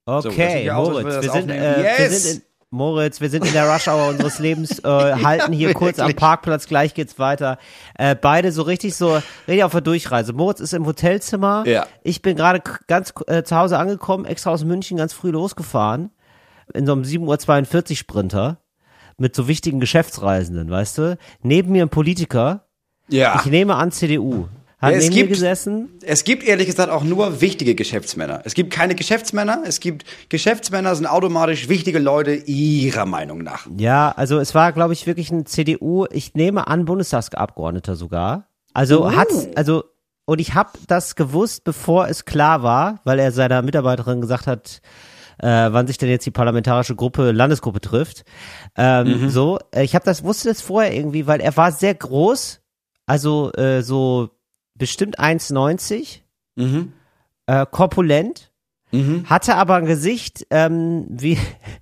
Okay, so, Moritz, wir sind in der Rush-Hour unseres Lebens, halten hier kurz am Parkplatz, gleich geht's weiter. Beide so richtig auf der Durchreise. Moritz ist im Hotelzimmer, ich bin gerade ganz zu Hause angekommen, extra aus München ganz früh losgefahren, in so einem 7:42 Uhr Sprinter, mit so wichtigen Geschäftsreisenden, weißt du? Neben mir ein Politiker, ich nehme an CDU. Hat neben mir gesessen. Es gibt ehrlich gesagt auch nur wichtige Geschäftsmänner. Es gibt keine Geschäftsmänner. Geschäftsmänner sind automatisch wichtige Leute ihrer Meinung nach. Ja, also es war, glaube ich, wirklich ein CDU, ich nehme an, Bundestagsabgeordneter sogar. Und ich habe das gewusst, bevor es klar war, weil er seiner Mitarbeiterin gesagt hat, wann sich denn jetzt die parlamentarische Landesgruppe trifft. Ich wusste das vorher irgendwie, weil er war sehr groß, also so bestimmt 1,90, korpulent, hatte aber ein Gesicht wie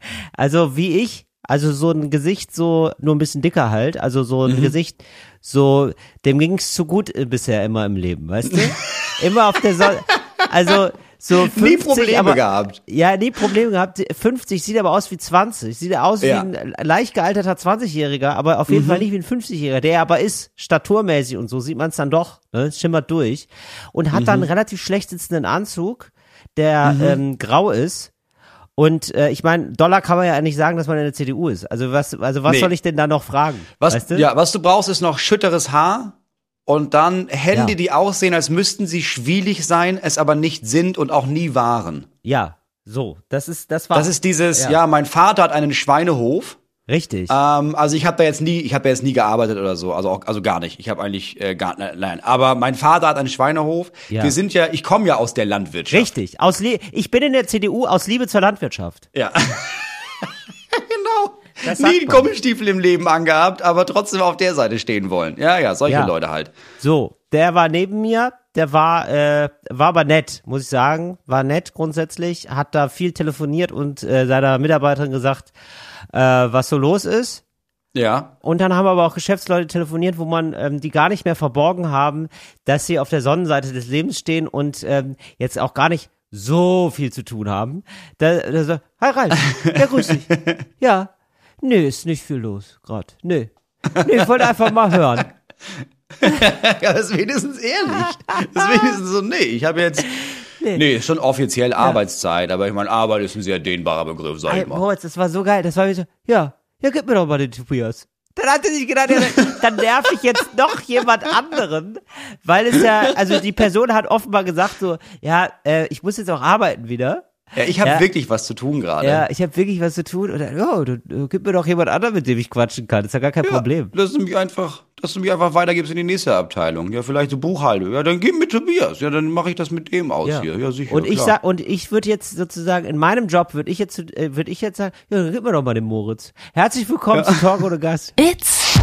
ich, also so ein Gesicht so nur ein bisschen dicker halt, also so ein Gesicht, so dem ging's zu gut bisher immer im Leben, weißt du? Immer auf der Sonne, also so 50, nie Probleme gehabt. Ja, nie Probleme gehabt. 50 sieht aber aus wie 20. Sieht aus wie ein leicht gealterter 20-Jähriger, aber auf jeden Fall nicht wie ein 50-Jähriger. Der aber ist staturmäßig und so sieht man es dann doch, ne? Schimmert durch. Und hat dann einen relativ schlecht sitzenden Anzug, der grau ist. Und ich meine, Dollar kann man ja nicht sagen, dass man in der CDU ist. Also was soll ich denn da noch fragen? Weißt du? Ja, was du brauchst, ist noch schütteres Haar. Und dann Hände, die aussehen, als müssten sie schwielig sein, es aber nicht sind und auch nie waren. Ja, so. Das ist dieses, mein Vater hat einen Schweinehof. Richtig. Also ich habe da jetzt nie gearbeitet oder so, also gar nicht. Ich habe eigentlich nein. Aber mein Vater hat einen Schweinehof. Ja. Ich komme ja aus der Landwirtschaft. Richtig. Ich bin in der CDU aus Liebe zur Landwirtschaft. Ja. Genau. Nie einen Gummistiefel im Leben angehabt, aber trotzdem auf der Seite stehen wollen. Ja, solche Leute halt. So, der war neben mir, der war aber nett, muss ich sagen, war nett grundsätzlich, hat da viel telefoniert und seiner Mitarbeiterin gesagt, was so los ist. Ja. Und dann haben aber auch Geschäftsleute telefoniert, wo man die gar nicht mehr verborgen haben, dass sie auf der Sonnenseite des Lebens stehen und jetzt auch gar nicht so viel zu tun haben. Da so, hi Ralf, ja grüß dich. Ja. Nee, ist nicht viel los, gerade. Nee, ich wollte einfach mal hören. Ja, das ist wenigstens ehrlich. Das ist wenigstens so, ich habe jetzt, ist schon offiziell Arbeitszeit, aber ich meine, Arbeit ist ein sehr dehnbarer Begriff, sag ich mal. Moritz, das war so geil, das war wie so, ja, gib mir doch mal den Tobias. Dann hat er sich gedacht, dann nerv ich jetzt noch jemand anderen, weil also die Person hat offenbar gesagt so, ich muss jetzt auch arbeiten wieder. Ja, ich habe wirklich was zu tun gerade. Ja, ich habe wirklich was zu tun. Und dann, gib mir doch jemand anderen, mit dem ich quatschen kann. Das ist ja gar kein Problem. Dass du mich einfach weitergibst in die nächste Abteilung. Ja, vielleicht so Buchhaltung. Ja, dann gib mit Tobias. Ja, dann mache ich das mit dem aus hier. Ja, sicher. Und ich würde jetzt sozusagen, in meinem Job würde ich jetzt sagen, ja, gib mir doch mal den Moritz. Herzlich willkommen zu Talk ohne Gast. It's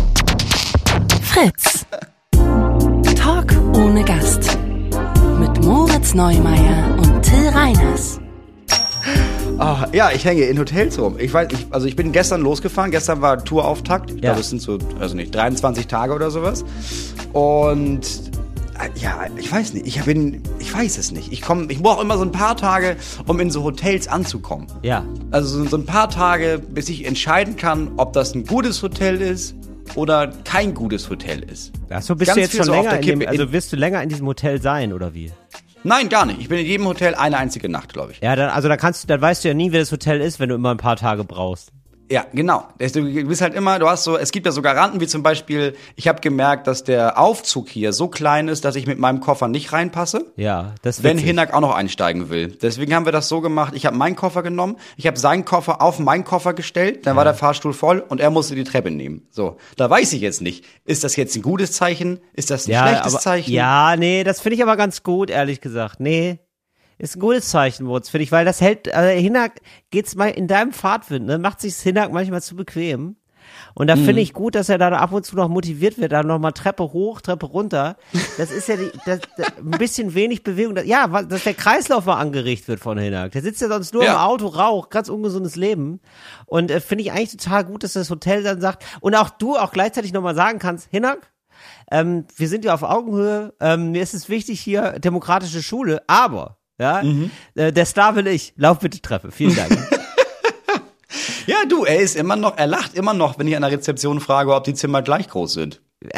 Fritz. Talk ohne Gast. Mit Moritz Neumeier und Till Reiners. Ich hänge in Hotels rum. Ich bin gestern losgefahren. Gestern war Tourauftakt. Ich glaube, es sind so, 23 Tage oder sowas. Und ich weiß nicht. Ich weiß es nicht. Ich brauche immer so ein paar Tage, um in so Hotels anzukommen. Ja. Also so ein paar Tage, bis ich entscheiden kann, ob das ein gutes Hotel ist oder kein gutes Hotel ist. Achso, bist du jetzt schon länger wirst du länger in diesem Hotel sein, oder wie? Nein, gar nicht. Ich bin in jedem Hotel eine einzige Nacht, glaube ich. Ja, dann weißt du ja nie, wer das Hotel ist, wenn du immer ein paar Tage brauchst. Ja, genau. Du bist halt immer, es gibt ja so Garanten, wie zum Beispiel, ich habe gemerkt, dass der Aufzug hier so klein ist, dass ich mit meinem Koffer nicht reinpasse. Ja, das ist wenn Hinak auch noch einsteigen will. Deswegen haben wir das so gemacht, ich habe meinen Koffer genommen, ich habe seinen Koffer auf meinen Koffer gestellt, dann war der Fahrstuhl voll und er musste die Treppe nehmen. So, da weiß ich jetzt nicht, ist das jetzt ein gutes Zeichen? Ist das ein schlechtes Zeichen? Ja, nee, das finde ich aber ganz gut, ehrlich gesagt. Nee. Ist ein gutes Zeichen, Moritz, finde ich, weil das hält, Hinak geht's mal in deinem Fahrtwind, ne, macht sich's Hinak manchmal zu bequem. Und da finde ich gut, dass er da ab und zu noch motiviert wird, da nochmal Treppe hoch, Treppe runter. Das ist ja ein bisschen wenig Bewegung. Dass der Kreislauf mal angeregt wird von Hinak. Der sitzt ja sonst nur im Auto, raucht, ganz ungesundes Leben. Und finde ich eigentlich total gut, dass das Hotel dann sagt, und auch du auch gleichzeitig nochmal sagen kannst, Hinak, wir sind ja auf Augenhöhe, mir ist es wichtig hier, demokratische Schule, aber Ja, der Star will ich. Lauf bitte Treppe. Vielen Dank. Ja, du, er lacht immer noch, wenn ich an der Rezeption frage, ob die Zimmer gleich groß sind.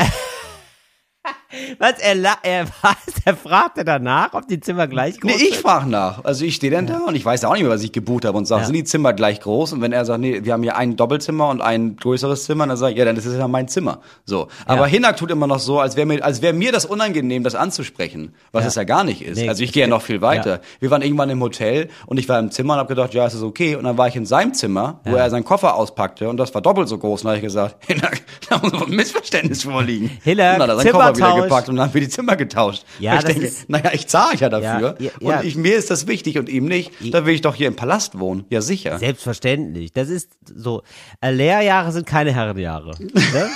Was, er fragte danach, ob die Zimmer gleich groß sind? Nee, ich frage nach. Also ich stehe dann da und ich weiß auch nicht mehr, was ich gebucht habe und sage, sind die Zimmer gleich groß? Und wenn er sagt, nee, wir haben hier ein Doppelzimmer und ein größeres Zimmer, dann sage ich, ja, dann ist es ja mein Zimmer. So. Aber Hinak tut immer noch so, als wäre mir das unangenehm, das anzusprechen, was es ja gar nicht ist. Nee, also ich gehe ja noch viel weiter. Ja. Wir waren irgendwann im Hotel und ich war im Zimmer und habe gedacht, ja, es ist okay. Und dann war ich in seinem Zimmer, wo er seinen Koffer auspackte und das war doppelt so groß. Und dann habe ich gesagt, Hinak, da muss ein Missverständnis vorliegen. Hinak, und dann hat er seinen Koffer wieder gepackt und dann haben wir die Zimmer getauscht. Ja, ich denke, naja, ich zahle ja dafür und mir ist das wichtig und ihm nicht. Da will ich doch hier im Palast wohnen. Ja, sicher. Selbstverständlich. Das ist so. Lehrjahre sind keine Herrenjahre. Ne?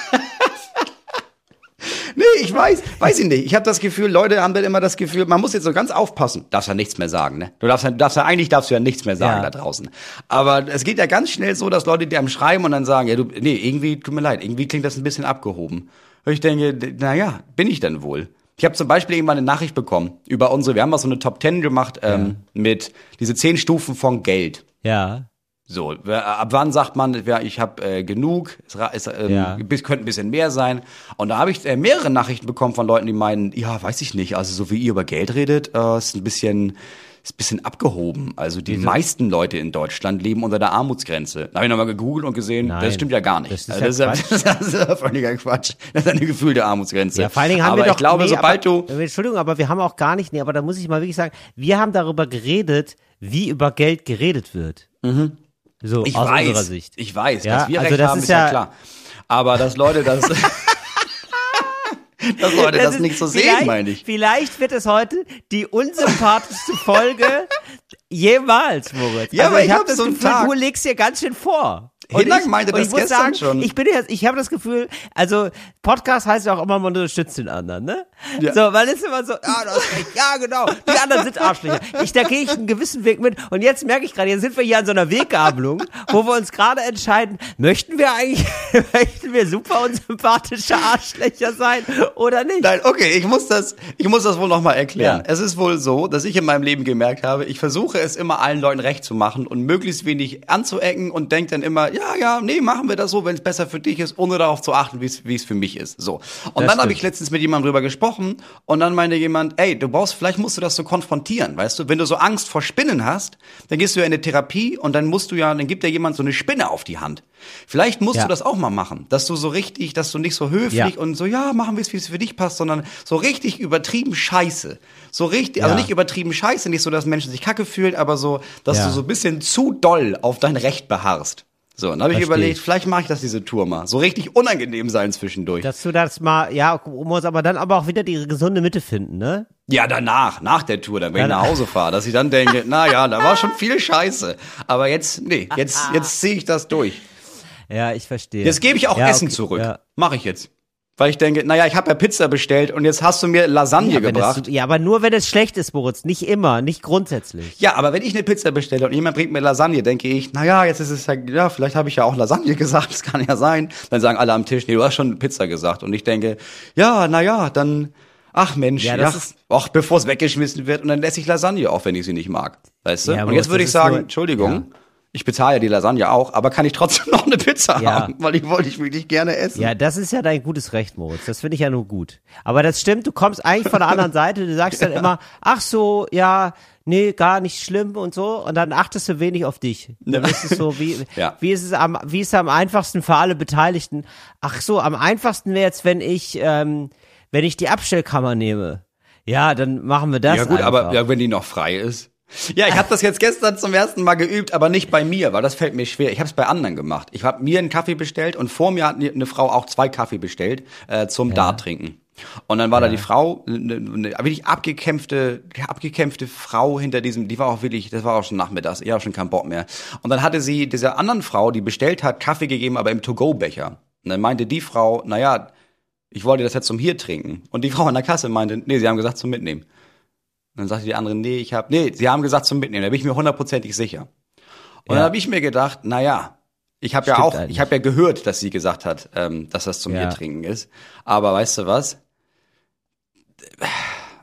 Nee, ich weiß ich nicht. Ich habe das Gefühl, Leute haben dann immer das Gefühl, man muss jetzt so ganz aufpassen. Darfst ja nichts mehr sagen, ne? Eigentlich darfst du ja nichts mehr sagen da draußen. Aber es geht ja ganz schnell so, dass Leute dir am Schreiben und dann sagen, ja, irgendwie, tut mir leid, irgendwie klingt das ein bisschen abgehoben. Und ich denke, naja, bin ich denn wohl? Ich habe zum Beispiel irgendwann eine Nachricht bekommen wir haben mal so eine Top 10 gemacht mit diese 10 Stufen von Geld. Ja. So, ab wann sagt man, ja, ich habe genug, könnte ein bisschen mehr sein. Und da habe ich mehrere Nachrichten bekommen von Leuten, die meinen, ja, weiß ich nicht, also so wie ihr über Geld redet, ist ein bisschen abgehoben. Also die meisten Leute in Deutschland leben unter der Armutsgrenze. Da habe ich nochmal gegoogelt und gesehen, das stimmt ja gar nicht. Das ist ja völliger Quatsch. Das ist eine gefühlte Armutsgrenze. Ja, vor allen Dingen haben aber wir ich glaube, sobald du... Entschuldigung, aber wir haben auch gar nicht, aber da muss ich mal wirklich sagen, wir haben darüber geredet, wie über Geld geredet wird. Mhm. So, aus unserer Sicht. Ich weiß, ja, dass wir also recht haben, ist ja klar. Aber dass Leute das... dass Leute das nicht so sehen, meine ich. Vielleicht wird es heute die unsympathischste Folge jemals, Moritz. Ja, also aber ich habe das so einen Gefühl, Tag. Du legst dir ganz schön vor. Hinak meinte das gestern schon. Ich habe das Gefühl, also Podcast heißt ja auch immer, man unterstützt den anderen, ne? Ja. So, man ist immer so, du hast recht, ja genau, die anderen sind Arschlöcher. Da gehe ich einen gewissen Weg mit und jetzt merke ich gerade, jetzt sind wir hier an so einer Weggabelung, wo wir uns gerade entscheiden, möchten wir super unsympathische Arschlöcher sein oder nicht? Nein, okay, ich muss das wohl nochmal erklären. Ja. Es ist wohl so, dass ich in meinem Leben gemerkt habe, ich versuche es immer allen Leuten recht zu machen und möglichst wenig anzuecken und denke dann immer, nee, machen wir das so, wenn es besser für dich ist, ohne darauf zu achten, wie es für mich ist. So. Und dann habe ich letztens mit jemandem drüber gesprochen und dann meinte jemand, ey, vielleicht musst du das so konfrontieren, weißt du? Wenn du so Angst vor Spinnen hast, dann gehst du ja in eine Therapie und dann gibt dir jemand so eine Spinne auf die Hand. Vielleicht musst du das auch mal machen, dass du nicht so höflich und so, machen wir es, wie es für dich passt, sondern so richtig übertrieben Scheiße. So richtig, also nicht übertrieben Scheiße, nicht so, dass Menschen sich kacke fühlen, aber so, dass du so ein bisschen zu doll auf dein Recht beharrst. So, dann habe ich überlegt, vielleicht mache ich das diese Tour mal. So richtig unangenehm sein zwischendurch. Dass du das mal, muss aber dann auch wieder die gesunde Mitte finden, ne? Ja, nach der Tour, dann wenn ich nach Hause fahre, dass ich dann denke, da war schon viel Scheiße. Aber jetzt ziehe ich das durch. Ja, ich verstehe. Jetzt gebe ich auch Essen zurück. Ja. Mache ich jetzt. Weil ich denke, ich habe ja Pizza bestellt und jetzt hast du mir Lasagne gebracht. Aber nur wenn es schlecht ist, Moritz. Nicht immer, nicht grundsätzlich. Ja, aber wenn ich eine Pizza bestelle und jemand bringt mir Lasagne, denke ich, jetzt ist es vielleicht habe ich ja auch Lasagne gesagt, das kann ja sein. Dann sagen alle am Tisch, nee, du hast schon Pizza gesagt. Und ich denke, dann, ach Mensch, bevor es weggeschmissen wird und dann esse ich Lasagne auch, wenn ich sie nicht mag. Weißt du? Und jetzt würde ich sagen, Entschuldigung. Ich bezahle ja die Lasagne auch, aber kann ich trotzdem noch eine Pizza haben? Weil ich wollte wirklich gerne essen. Ja, das ist ja dein gutes Recht, Moritz. Das finde ich ja nur gut. Aber das stimmt, du kommst eigentlich von der anderen Seite, du sagst dann immer, ach so, nee, gar nicht schlimm und so. Und dann achtest du wenig auf dich. Dann ist es so, wie ist es am einfachsten für alle Beteiligten? Ach so, am einfachsten wäre jetzt, wenn ich die Abstellkammer nehme. Ja, dann machen wir das. Ja gut, einfach. aber wenn die noch frei ist. Ja, ich habe das jetzt gestern zum ersten Mal geübt, aber nicht bei mir, weil das fällt mir schwer. Ich habe es bei anderen gemacht. Ich habe mir einen Kaffee bestellt und vor mir hat eine Frau auch 2 Kaffee bestellt zum Dart-Trinken. Und dann war da die Frau, eine wirklich abgekämpfte Frau hinter diesem, die war auch wirklich, das war auch schon nachmittags, ich habe schon keinen Bock mehr. Und dann hatte sie dieser anderen Frau, die bestellt hat, Kaffee gegeben, aber im To-Go-Becher. Und dann meinte die Frau, ich wollte das jetzt zum hier trinken. Und die Frau an der Kasse meinte, nee, sie haben gesagt zum Mitnehmen. Und dann sagte die andere, sie haben gesagt zum Mitnehmen, da bin ich mir 100%ig sicher. Und dann habe ich mir gedacht, ich habe ja gehört, dass sie gesagt hat, dass das zum hier trinken ist. Aber weißt du was?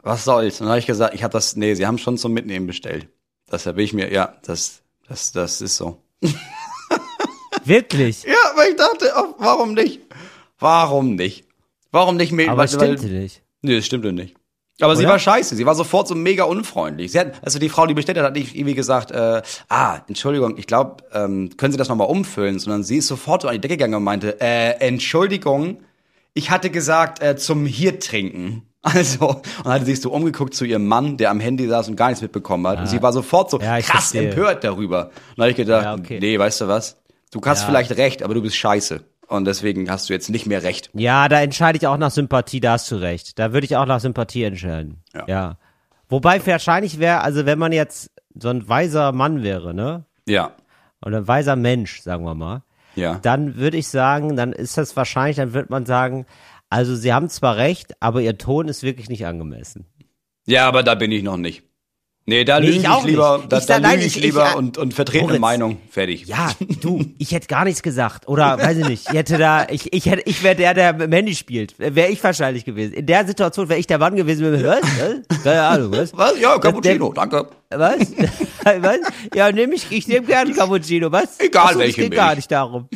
was soll's? Und dann habe ich gesagt, sie haben schon zum Mitnehmen bestellt. Deshalb bin ich mir, das ist so. Wirklich? Ja, aber ich dachte, warum nicht? Warum nicht? Warum nicht mehr? Aber es stimmte nicht. Nee, das stimmte nicht. Aber sie war scheiße. Sie war sofort so mega unfreundlich. Die Frau, die bestellt hat nicht irgendwie gesagt, Entschuldigung, ich glaube, können Sie das nochmal umfüllen? Sondern sie ist sofort so an die Decke gegangen und meinte, Entschuldigung, ich hatte gesagt, zum hier trinken. Also, und dann hatte sich so umgeguckt zu ihrem Mann, der am Handy saß und gar nichts mitbekommen hat. Und sie war sofort so krass empört darüber. Und dann habe ich gedacht, nee, weißt du was? Du hast vielleicht recht, aber du bist scheiße. Und deswegen hast du jetzt nicht mehr recht. Ja, da entscheide ich auch nach Sympathie, da hast du recht. Da würde ich auch nach Sympathie entscheiden. Ja. Wobei wahrscheinlich wäre, also wenn man jetzt so ein weiser Mann wäre, ne? Ja. Oder ein weiser Mensch, sagen wir mal. Ja. Dann würde ich sagen, dann ist das wahrscheinlich, dann wird man sagen, also sie haben zwar recht, aber ihr Ton ist wirklich nicht angemessen. Ja, aber da bin ich noch nicht. Nee, da lüge ich lieber, und vertrete eine Meinung. Fertig. Ja, du, ich hätte gar nichts gesagt. Oder, weiß ich nicht, ich wäre der Mandy spielt. Wäre ich wahrscheinlich gewesen. In der Situation wäre ich der Mann gewesen. Was? Keine Ahnung, was? Was? Ja, Cappuccino, danke. Was? Was? Ja, ich nehme gerne Cappuccino, was? Egal welche Milch. Es geht gar nicht darum.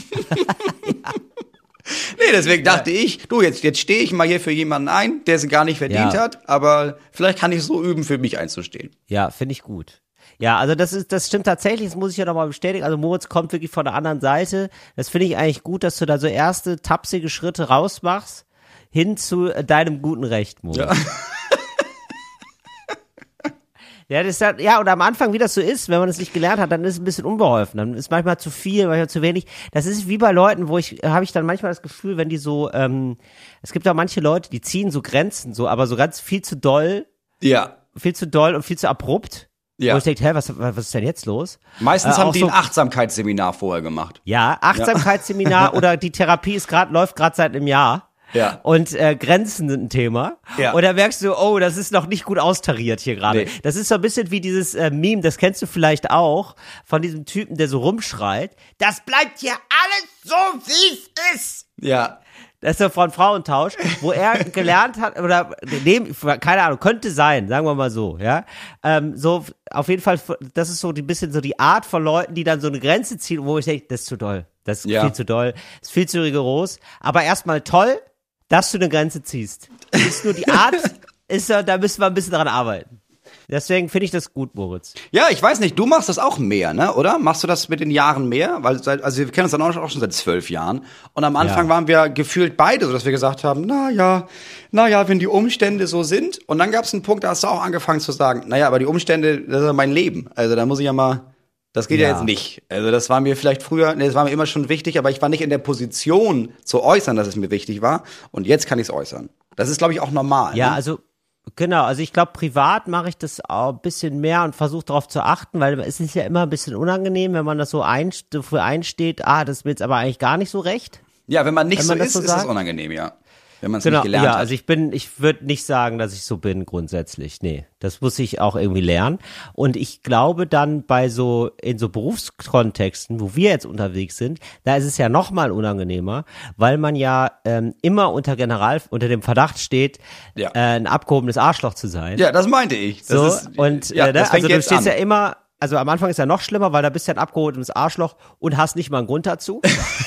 Nee, deswegen dachte ich, jetzt stehe ich mal hier für jemanden ein, der es gar nicht verdient hat, aber vielleicht kann ich so üben, für mich einzustehen. Ja, finde ich gut. Ja, also das stimmt tatsächlich, das muss ich ja nochmal bestätigen. Also Moritz kommt wirklich von der anderen Seite. Das finde ich eigentlich gut, dass du da so erste tapsige Schritte rausmachst, hin zu deinem guten Recht, Moritz. Ja. Ja, das ist und am Anfang, wie das so ist, wenn man das nicht gelernt hat, dann ist es ein bisschen unbeholfen. Dann ist manchmal zu viel, manchmal zu wenig. Das ist wie bei Leuten, habe ich dann manchmal das Gefühl, wenn die so, es gibt auch manche Leute, die ziehen so Grenzen, aber so ganz viel zu doll. Ja. Viel zu doll und viel zu abrupt. Ja. Wo ich denke, was ist denn jetzt los? Meistens haben die ein Achtsamkeitsseminar vorher gemacht. Ja, Achtsamkeitsseminar oder die Therapie läuft gerade seit einem Jahr. Ja. Und Grenzen sind ein Thema. Ja. Und da merkst du, oh, das ist noch nicht gut austariert hier gerade. Nee. Das ist so ein bisschen wie dieses Meme, das kennst du vielleicht auch, von diesem Typen, der so rumschreit. Das bleibt hier alles so, wie es ist. Ja. Das ist so von Frauentausch, wo er gelernt hat, oder keine Ahnung, könnte sein, sagen wir mal so, ja. So, auf jeden Fall, das ist so ein bisschen so die Art von Leuten, die dann so eine Grenze ziehen, wo ich denke, das ist zu doll. Das ist viel zu doll. Das ist viel zu rigoros. Aber erstmal toll, dass du eine Grenze ziehst. Ist nur die Art, da müssen wir ein bisschen dran arbeiten. Deswegen finde ich das gut, Moritz. Ja, ich weiß nicht, du machst das auch mehr, ne, oder? Machst du das mit den Jahren mehr? Also wir kennen uns dann auch schon seit 12 Jahren. Und am Anfang waren wir gefühlt beide, so dass wir gesagt haben, na ja, wenn die Umstände so sind. Und dann gab es einen Punkt, da hast du auch angefangen zu sagen, naja, aber die Umstände, das ist ja mein Leben. Also da muss ich ja mal, das geht ja jetzt nicht. Also das war mir vielleicht früher, das war mir immer schon wichtig, aber ich war nicht in der Position zu äußern, dass es mir wichtig war. Und jetzt kann ich es äußern. Das ist, glaube ich, auch normal. Ja, ne? Also genau, also ich glaube, privat mache ich das auch ein bisschen mehr und versuche darauf zu achten, weil es ist ja immer ein bisschen unangenehm, wenn man das so dafür einsteht, das ist mir jetzt aber eigentlich gar nicht so recht. Ja, wenn man nicht so ist, ist es unangenehm, ja. Wenn man es nicht gelernt hat. Also ich würde nicht sagen, dass ich so bin grundsätzlich. Nee, das muss ich auch irgendwie lernen. Und ich glaube dann in so Berufskontexten, wo wir jetzt unterwegs sind, da ist es ja noch mal unangenehmer, weil man ja immer unter dem Verdacht steht, ein abgehobenes Arschloch zu sein. Ja, das meinte ich. Das also du stehst ja immer, also am Anfang ist ja noch schlimmer, weil da bist du ja ein abgehobenes Arschloch und hast nicht mal einen Grund dazu.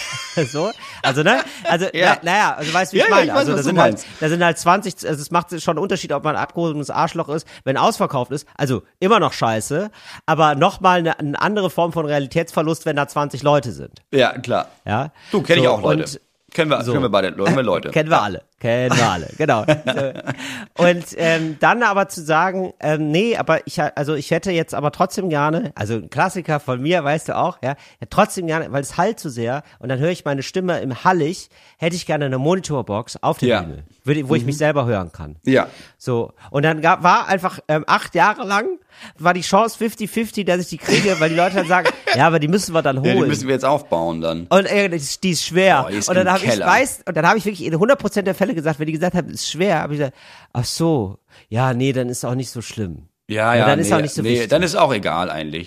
So, also also weißt du, wie ich meine? Ich weiß, also da sind halt 20, also es macht schon einen Unterschied, ob man ein abgehobenes Arschloch ist, wenn ausverkauft ist, also immer noch scheiße, aber nochmal eine andere Form von Realitätsverlust, wenn da 20 Leute sind. Ja, klar. Ja. Du, kenn ich auch Leute. Kennen wir beide Leute. Kennen wir alle, genau. Und dann aber zu sagen, nee, aber ich hätte jetzt aber trotzdem gerne, also ein Klassiker von mir, weißt du auch, ja trotzdem gerne, weil es halt zu sehr und dann höre ich meine Stimme im Hallig, hätte ich gerne eine Monitorbox auf der Bühne, wo ich mich selber hören kann. Ja. So, und dann war einfach 8 Jahre lang, war die Chance 50-50, dass ich die kriege, weil die Leute dann sagen, ja, aber die müssen wir dann holen. Ja, die müssen wir jetzt aufbauen dann. Und die ist schwer. Die ist und dann habe ich wirklich in 100% der Fälle gesagt, wenn die gesagt haben, ist schwer, habe ich gesagt, ach so, ja, nee, dann ist auch nicht so schlimm. Ja, dann ist auch nicht so wichtig. Dann ist auch egal eigentlich.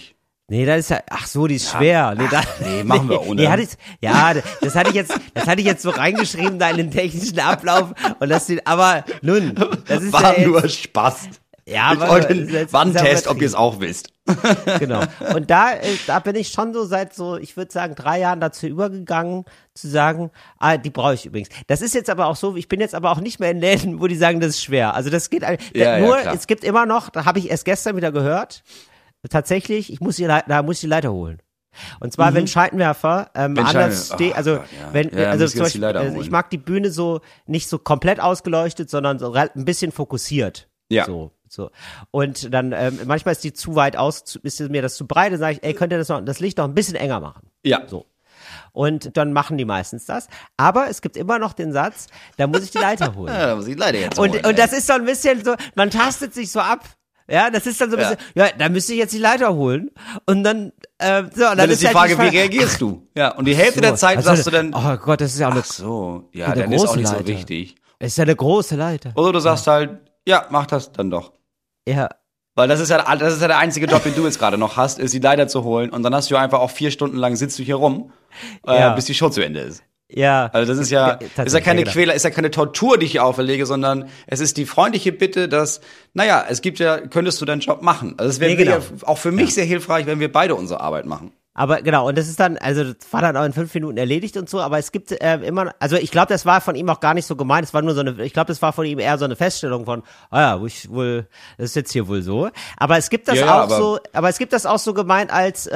Nee, das ist ja, ach so, die ist schwer. Nee, machen wir ohne. Das hatte ich jetzt so reingeschrieben da in den technischen Ablauf und aber nun, das ist war ja nur Spaß. Ja, ich wollte einen Wandtest, ob ihr es auch wisst. Genau. Und da bin ich schon so seit ich würde sagen, 3 Jahren dazu übergegangen, zu sagen, die brauche ich übrigens. Das ist jetzt aber auch so, ich bin jetzt aber auch nicht mehr in Läden, wo die sagen, das ist schwer. Also das geht es gibt immer noch, da habe ich erst gestern wieder gehört, tatsächlich, da muss ich die Leiter holen. Und zwar, wenn Scheinwerfer anders steht, also zum Beispiel, ich mag die Bühne so nicht so komplett ausgeleuchtet, sondern so ein bisschen fokussiert. Ja. So. Und dann manchmal ist die zu weit ist mir das zu breit, dann sage ich, ey, könnt ihr das Licht noch ein bisschen enger machen? Ja. So. Und dann machen die meistens das. Aber es gibt immer noch den Satz, da muss ich die Leiter holen. Ja, da muss ich die Leiter jetzt holen. Und das ist so ein bisschen so, man tastet sich so ab. Ja, das ist dann so ein bisschen, da müsste ich jetzt die Leiter holen. Und dann, dann ist die Frage, wie reagierst du? Ja, und die Hälfte der Zeit sagst du dann, oh Gott, das ist ja auch dann ist auch nicht so wichtig. Es ist ja eine große Leiter. Oder du sagst halt, ja, mach das dann doch. Ja. Weil das ist ja der einzige Job, den du jetzt gerade noch hast, ist die Leiter zu holen. Und dann hast du einfach auch 4 Stunden lang sitzt du hier rum, bis die Show zu Ende ist. Ja. Also das ist ja keine Quäler, ist ja keine Tortur, die ich hier auferlege, sondern es ist die freundliche Bitte, dass, könntest du deinen Job machen. Also es wäre auch für mich sehr hilfreich, wenn wir beide unsere Arbeit machen. Aber genau, und das ist dann, also das war dann auch in 5 Minuten erledigt und so, aber es gibt immer, also ich glaube, das war von ihm auch gar nicht so gemeint, es war nur ich glaube, das war von ihm eher so eine Feststellung von, das ist jetzt hier wohl so. Aber es gibt das es gibt das auch so gemeint als,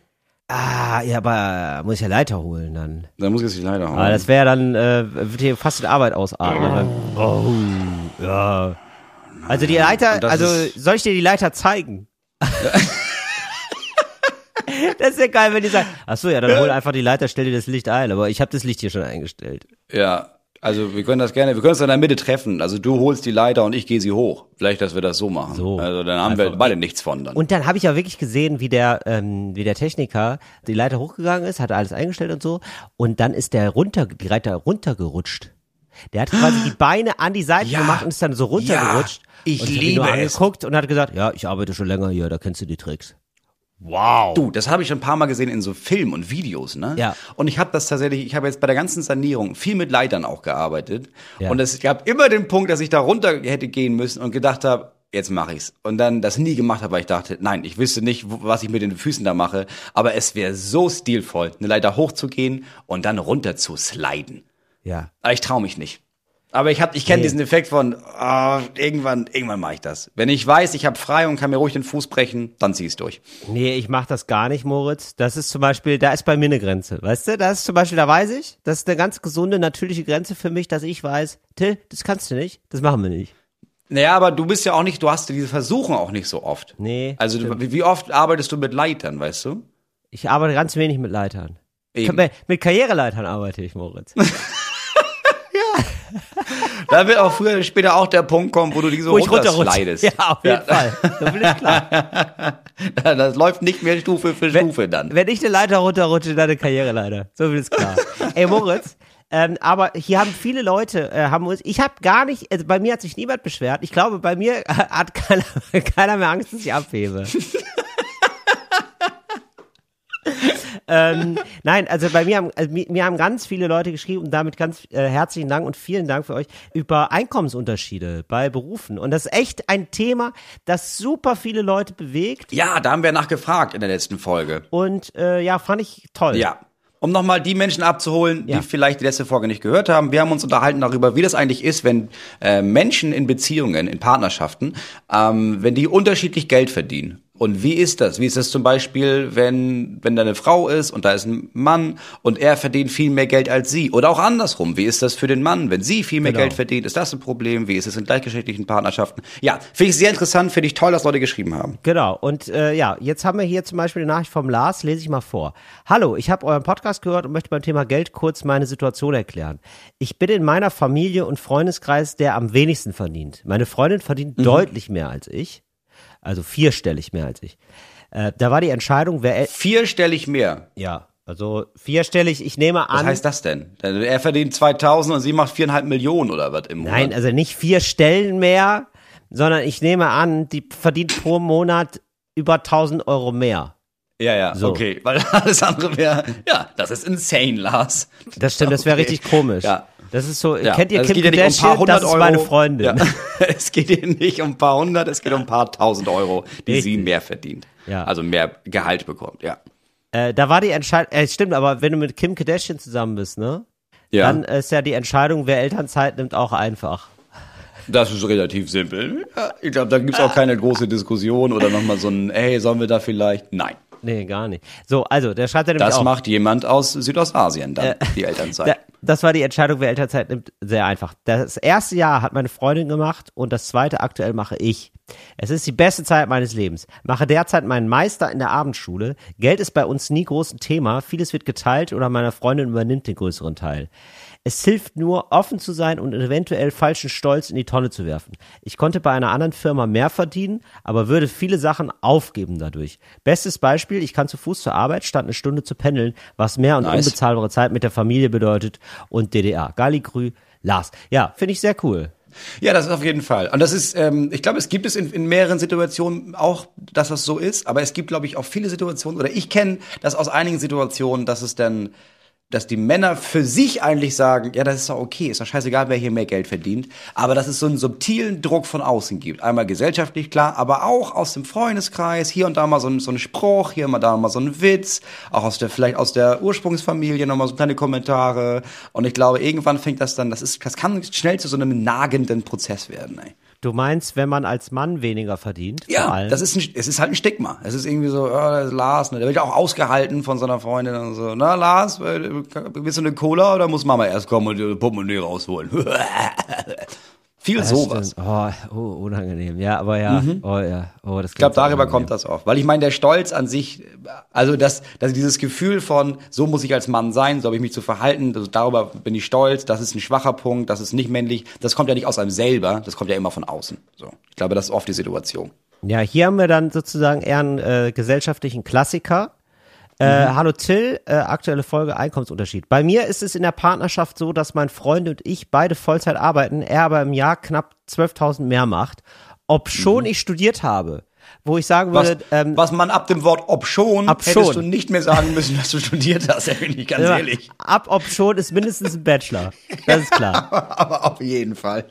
aber muss ich ja Leiter holen dann. Dann muss ich jetzt die Leiter holen. Aber das wäre dann, wird hier fast in Arbeit ausatmen. Ja. Also die Leiter, soll ich dir die Leiter zeigen? Das ist ja geil, wenn die sagen, ach so, ja, dann hol einfach die Leiter, stell dir das Licht ein, aber ich habe das Licht hier schon eingestellt. Ja, also wir können uns in der Mitte treffen, also du holst die Leiter und ich gehe sie hoch. Vielleicht, dass wir das so machen. So. Also dann haben wir beide nichts von dann. Und dann habe ich ja wirklich gesehen, wie der Techniker die Leiter hochgegangen ist, hat alles eingestellt und so, und dann ist die Leiter runtergerutscht. Der hat quasi die Beine an die Seite gemacht und ist dann so runtergerutscht. Ich und liebe ihn nur es. Angeguckt und hat gesagt, ja, ich arbeite schon länger hier, da kennst du die Tricks. Wow. Du, das habe ich schon ein paar Mal gesehen in so Filmen und Videos, ne? Ja. Und ich habe jetzt bei der ganzen Sanierung viel mit Leitern auch gearbeitet. Ja. Und es gab immer den Punkt, dass ich da runter hätte gehen müssen und gedacht habe, jetzt mache ich's. Und dann das nie gemacht habe, weil ich dachte, nein, ich wüsste nicht, was ich mit den Füßen da mache. Aber es wäre so stilvoll, eine Leiter hochzugehen und dann runter zu sliden. Ja. Aber ich traue mich nicht. Aber ich kenne diesen Effekt von, irgendwann mache ich das. Wenn ich weiß, ich habe frei und kann mir ruhig den Fuß brechen, dann zieh ich's durch. Nee, ich mach das gar nicht, Moritz. Das ist zum Beispiel, da ist bei mir eine Grenze. Weißt du, das ist zum Beispiel, da weiß ich, das ist eine ganz gesunde, natürliche Grenze für mich, dass ich weiß, Till, das kannst du nicht, das machen wir nicht. Naja, aber du bist ja auch nicht, du hast diese Versuchung auch nicht so oft. Nee. Also wie oft arbeitest du mit Leitern, weißt du? Ich arbeite ganz wenig mit Leitern. Mit Karriereleitern arbeite ich, Moritz. Da wird auch früher oder später auch der Punkt kommen, wo du die so runterslidest. Ja, auf jeden Fall. Da bin ich klar. Das läuft nicht mehr Stufe für Stufe dann. Wenn ich eine Leiter runterrutsche, dann eine Karriereleiter. So viel ist klar. Ey, Moritz, aber hier haben viele Leute, ich habe gar nicht, also bei mir hat sich niemand beschwert. Ich glaube, bei mir hat keiner mehr Angst, dass ich abhebe. Nein, also bei mir haben ganz viele Leute geschrieben und damit ganz herzlichen Dank und vielen Dank für euch über Einkommensunterschiede bei Berufen. Und das ist echt ein Thema, das super viele Leute bewegt. Ja, da haben wir nachgefragt in der letzten Folge. Und fand ich toll. Ja. Um nochmal die Menschen abzuholen, die vielleicht die letzte Folge nicht gehört haben. Wir haben uns unterhalten darüber, wie das eigentlich ist, wenn Menschen in Beziehungen, in Partnerschaften, wenn die unterschiedlich Geld verdienen. Und wie ist das? Wie ist das zum Beispiel, wenn da eine Frau ist und da ist ein Mann und er verdient viel mehr Geld als sie? Oder auch andersrum. Wie ist das für den Mann, wenn sie viel mehr Geld verdient? Ist das ein Problem? Wie ist es in gleichgeschlechtlichen Partnerschaften? Ja, finde ich sehr interessant, finde ich toll, dass Leute geschrieben haben. Genau. Und jetzt haben wir hier zum Beispiel eine Nachricht vom Lars, lese ich mal vor. Hallo, ich habe euren Podcast gehört und möchte beim Thema Geld kurz meine Situation erklären. Ich bin in meiner Familie und Freundeskreis der am wenigsten verdient. Meine Freundin verdient deutlich mehr als ich. Also 4-stellig mehr als ich. Da war die Entscheidung, wer... 4-stellig mehr? Ja, also 4-stellig, ich nehme an... Was heißt das denn? Er verdient 2.000 und sie macht 4,5 Millionen oder was im Monat? Nein, also nicht 4 Stellen mehr, sondern ich nehme an, die verdient pro Monat über 1.000 Euro mehr. Ja, So. okay. Weil alles andere wäre, das ist insane, Lars. Das stimmt, das wäre richtig komisch. Ja. Das ist so, Ja, kennt ihr also Kim es geht ja nicht um ein paar Kardashian? Das hundert ist meine Euro. Freundin. Ja. Es geht hier nicht um ein paar hundert, es geht um ein paar tausend Euro, die Richtig. sie mehr verdient. Ja. Also mehr Gehalt bekommt, ja. Da war die Entscheidung, stimmt, aber wenn du mit Kim Kardashian zusammen bist, ne? Ja, Dann ist ja die Entscheidung, wer Elternzeit nimmt, auch einfach. das ist relativ simpel. Ja, ich glaube, da gibt's auch keine große Diskussion oder nochmal so ein, hey, sollen wir da vielleicht? Nein. Nee, gar nicht. So, also, der schreibt ja nämlich Das auch. macht jemand aus Südostasien dann, die Elternzeit. Das war die Entscheidung, wer Elternzeit nimmt, sehr einfach. Das erste Jahr hat meine Freundin gemacht und das zweite aktuell mache ich. Es ist die beste Zeit meines Lebens. Mache derzeit meinen Meister in der Abendschule. Geld ist bei uns nie groß ein Thema. Vieles wird geteilt oder meine Freundin übernimmt den größeren Teil. Es hilft nur, offen zu sein und eventuell falschen Stolz in die Tonne zu werfen. Ich konnte bei einer anderen Firma mehr verdienen, aber würde viele Sachen aufgeben dadurch. Bestes Beispiel, ich kann zu Fuß zur Arbeit, statt eine Stunde zu pendeln, was mehr und Nice. unbezahlbare Zeit mit der Familie bedeutet und DDR. Galligrü, Lars. Ja, finde ich sehr cool. Ja, das ist auf jeden Fall. Und das ist, ich glaube, es gibt es in mehreren Situationen auch, dass das so ist. Aber es gibt, glaube ich, auch viele Situationen, oder ich kenne das aus einigen Situationen, dass die Männer für sich eigentlich sagen, ja, das ist doch okay, ist doch scheißegal, wer hier mehr Geld verdient. Aber dass es so einen subtilen Druck von außen gibt. Einmal gesellschaftlich, klar, aber auch aus dem Freundeskreis. Hier und da mal so ein Spruch, hier und da mal so ein Witz. Auch vielleicht aus der Ursprungsfamilie nochmal so kleine Kommentare. Und ich glaube, irgendwann fängt das dann, das kann schnell zu so einem nagenden Prozess werden, ey. Du meinst, wenn man als Mann weniger verdient? Vor Ja, allem? es ist halt ein Stigma. Es ist irgendwie so, das ist Lars, ne? Der wird ja auch ausgehalten von seiner Freundin und so. Na, Lars, willst du eine Cola oder muss Mama erst kommen und die Portemonnaie rausholen? Viel Das sowas. stimmt. Unangenehm. Ja, aber ja. Oh ja. Oh, das Ich glaube, darüber kommt das auch. Weil ich meine, der Stolz an sich, also dass dieses Gefühl von, so muss ich als Mann sein, so habe ich mich zu verhalten, also darüber bin ich stolz, das ist ein schwacher Punkt, das ist nicht männlich, das kommt ja nicht aus einem selber, das kommt ja immer von außen. So. Ich glaube, das ist oft die Situation. Ja, hier haben wir dann sozusagen eher einen gesellschaftlichen Klassiker. Hallo Till, aktuelle Folge Einkommensunterschied. Bei mir ist es in der Partnerschaft so, dass mein Freund und ich beide Vollzeit arbeiten, er aber im Jahr knapp 12.000 mehr macht, obschon ich studiert habe. Wo ich sagen würde, Was man ab dem Wort obschon hättest du nicht mehr sagen müssen, dass du studiert hast, ja, bin ich ganz ehrlich. Ab obschon ist mindestens ein Bachelor. Das ist klar. Aber auf jeden Fall.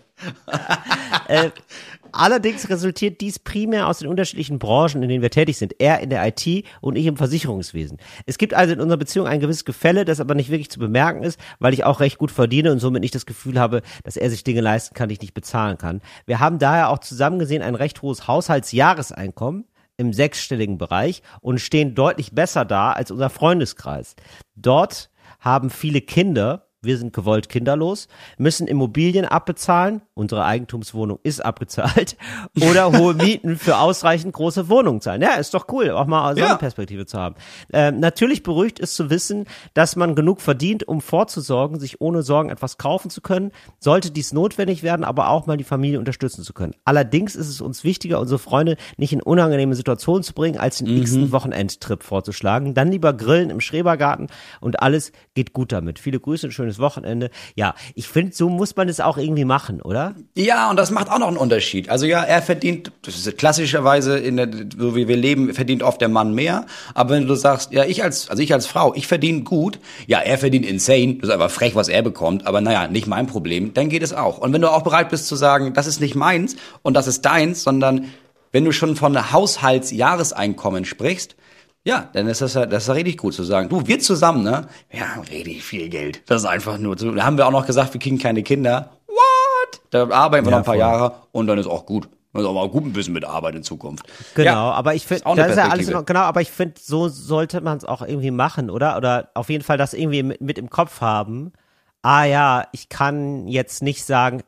Allerdings resultiert dies primär aus den unterschiedlichen Branchen, in denen wir tätig sind. Er in der IT und ich im Versicherungswesen. Es gibt also in unserer Beziehung ein gewisses Gefälle, das aber nicht wirklich zu bemerken ist, weil ich auch recht gut verdiene und somit nicht das Gefühl habe, dass er sich Dinge leisten kann, die ich nicht bezahlen kann. Wir haben daher auch zusammen gesehen ein recht hohes Haushaltsjahreseinkommen im sechsstelligen Bereich und stehen deutlich besser da als unser Freundeskreis. Dort haben viele Kinder, wir sind gewollt kinderlos, müssen Immobilien abbezahlen, unsere Eigentumswohnung ist abbezahlt, oder hohe Mieten für ausreichend große Wohnungen zahlen. Ja, ist doch cool, auch mal so eine Perspektive zu haben. Natürlich beruhigt es zu wissen, dass man genug verdient, um vorzusorgen, sich ohne Sorgen etwas kaufen zu können, sollte dies notwendig werden, aber auch mal die Familie unterstützen zu können. Allerdings ist es uns wichtiger, unsere Freunde nicht in unangenehme Situationen zu bringen, als den x-ten Wochenendtrip vorzuschlagen. Dann lieber grillen im Schrebergarten und alles geht gut damit. Viele Grüße und schönes Wochenende. Ja, ich finde, so muss man es auch irgendwie machen, oder? Ja, und das macht auch noch einen Unterschied. Also ja, er verdient, das ist klassischerweise, so wie wir leben, verdient oft der Mann mehr. Aber wenn du sagst, ja, ich als Frau, ich verdiene gut, ja, er verdient insane, das ist einfach frech, was er bekommt, aber naja, nicht mein Problem, dann geht es auch. Und wenn du auch bereit bist zu sagen, das ist nicht meins und das ist deins, sondern wenn du schon von Haushaltsjahreseinkommen sprichst, ja, dann ist das ja richtig gut zu sagen. Du, wir zusammen, ne? Wir haben richtig viel Geld. Das ist einfach nur so. Da haben wir auch noch gesagt, wir kriegen keine Kinder. What? Da arbeiten wir noch ein paar Jahre und dann ist auch gut. Das ist aber auch gut ein bisschen mit Arbeit in Zukunft. Genau, ja, aber ich finde, das ist ja alles noch, genau, aber ich finde, so sollte man es auch irgendwie machen, oder? Oder auf jeden Fall das irgendwie mit im Kopf haben. Ah ja, ich kann jetzt nicht sagen,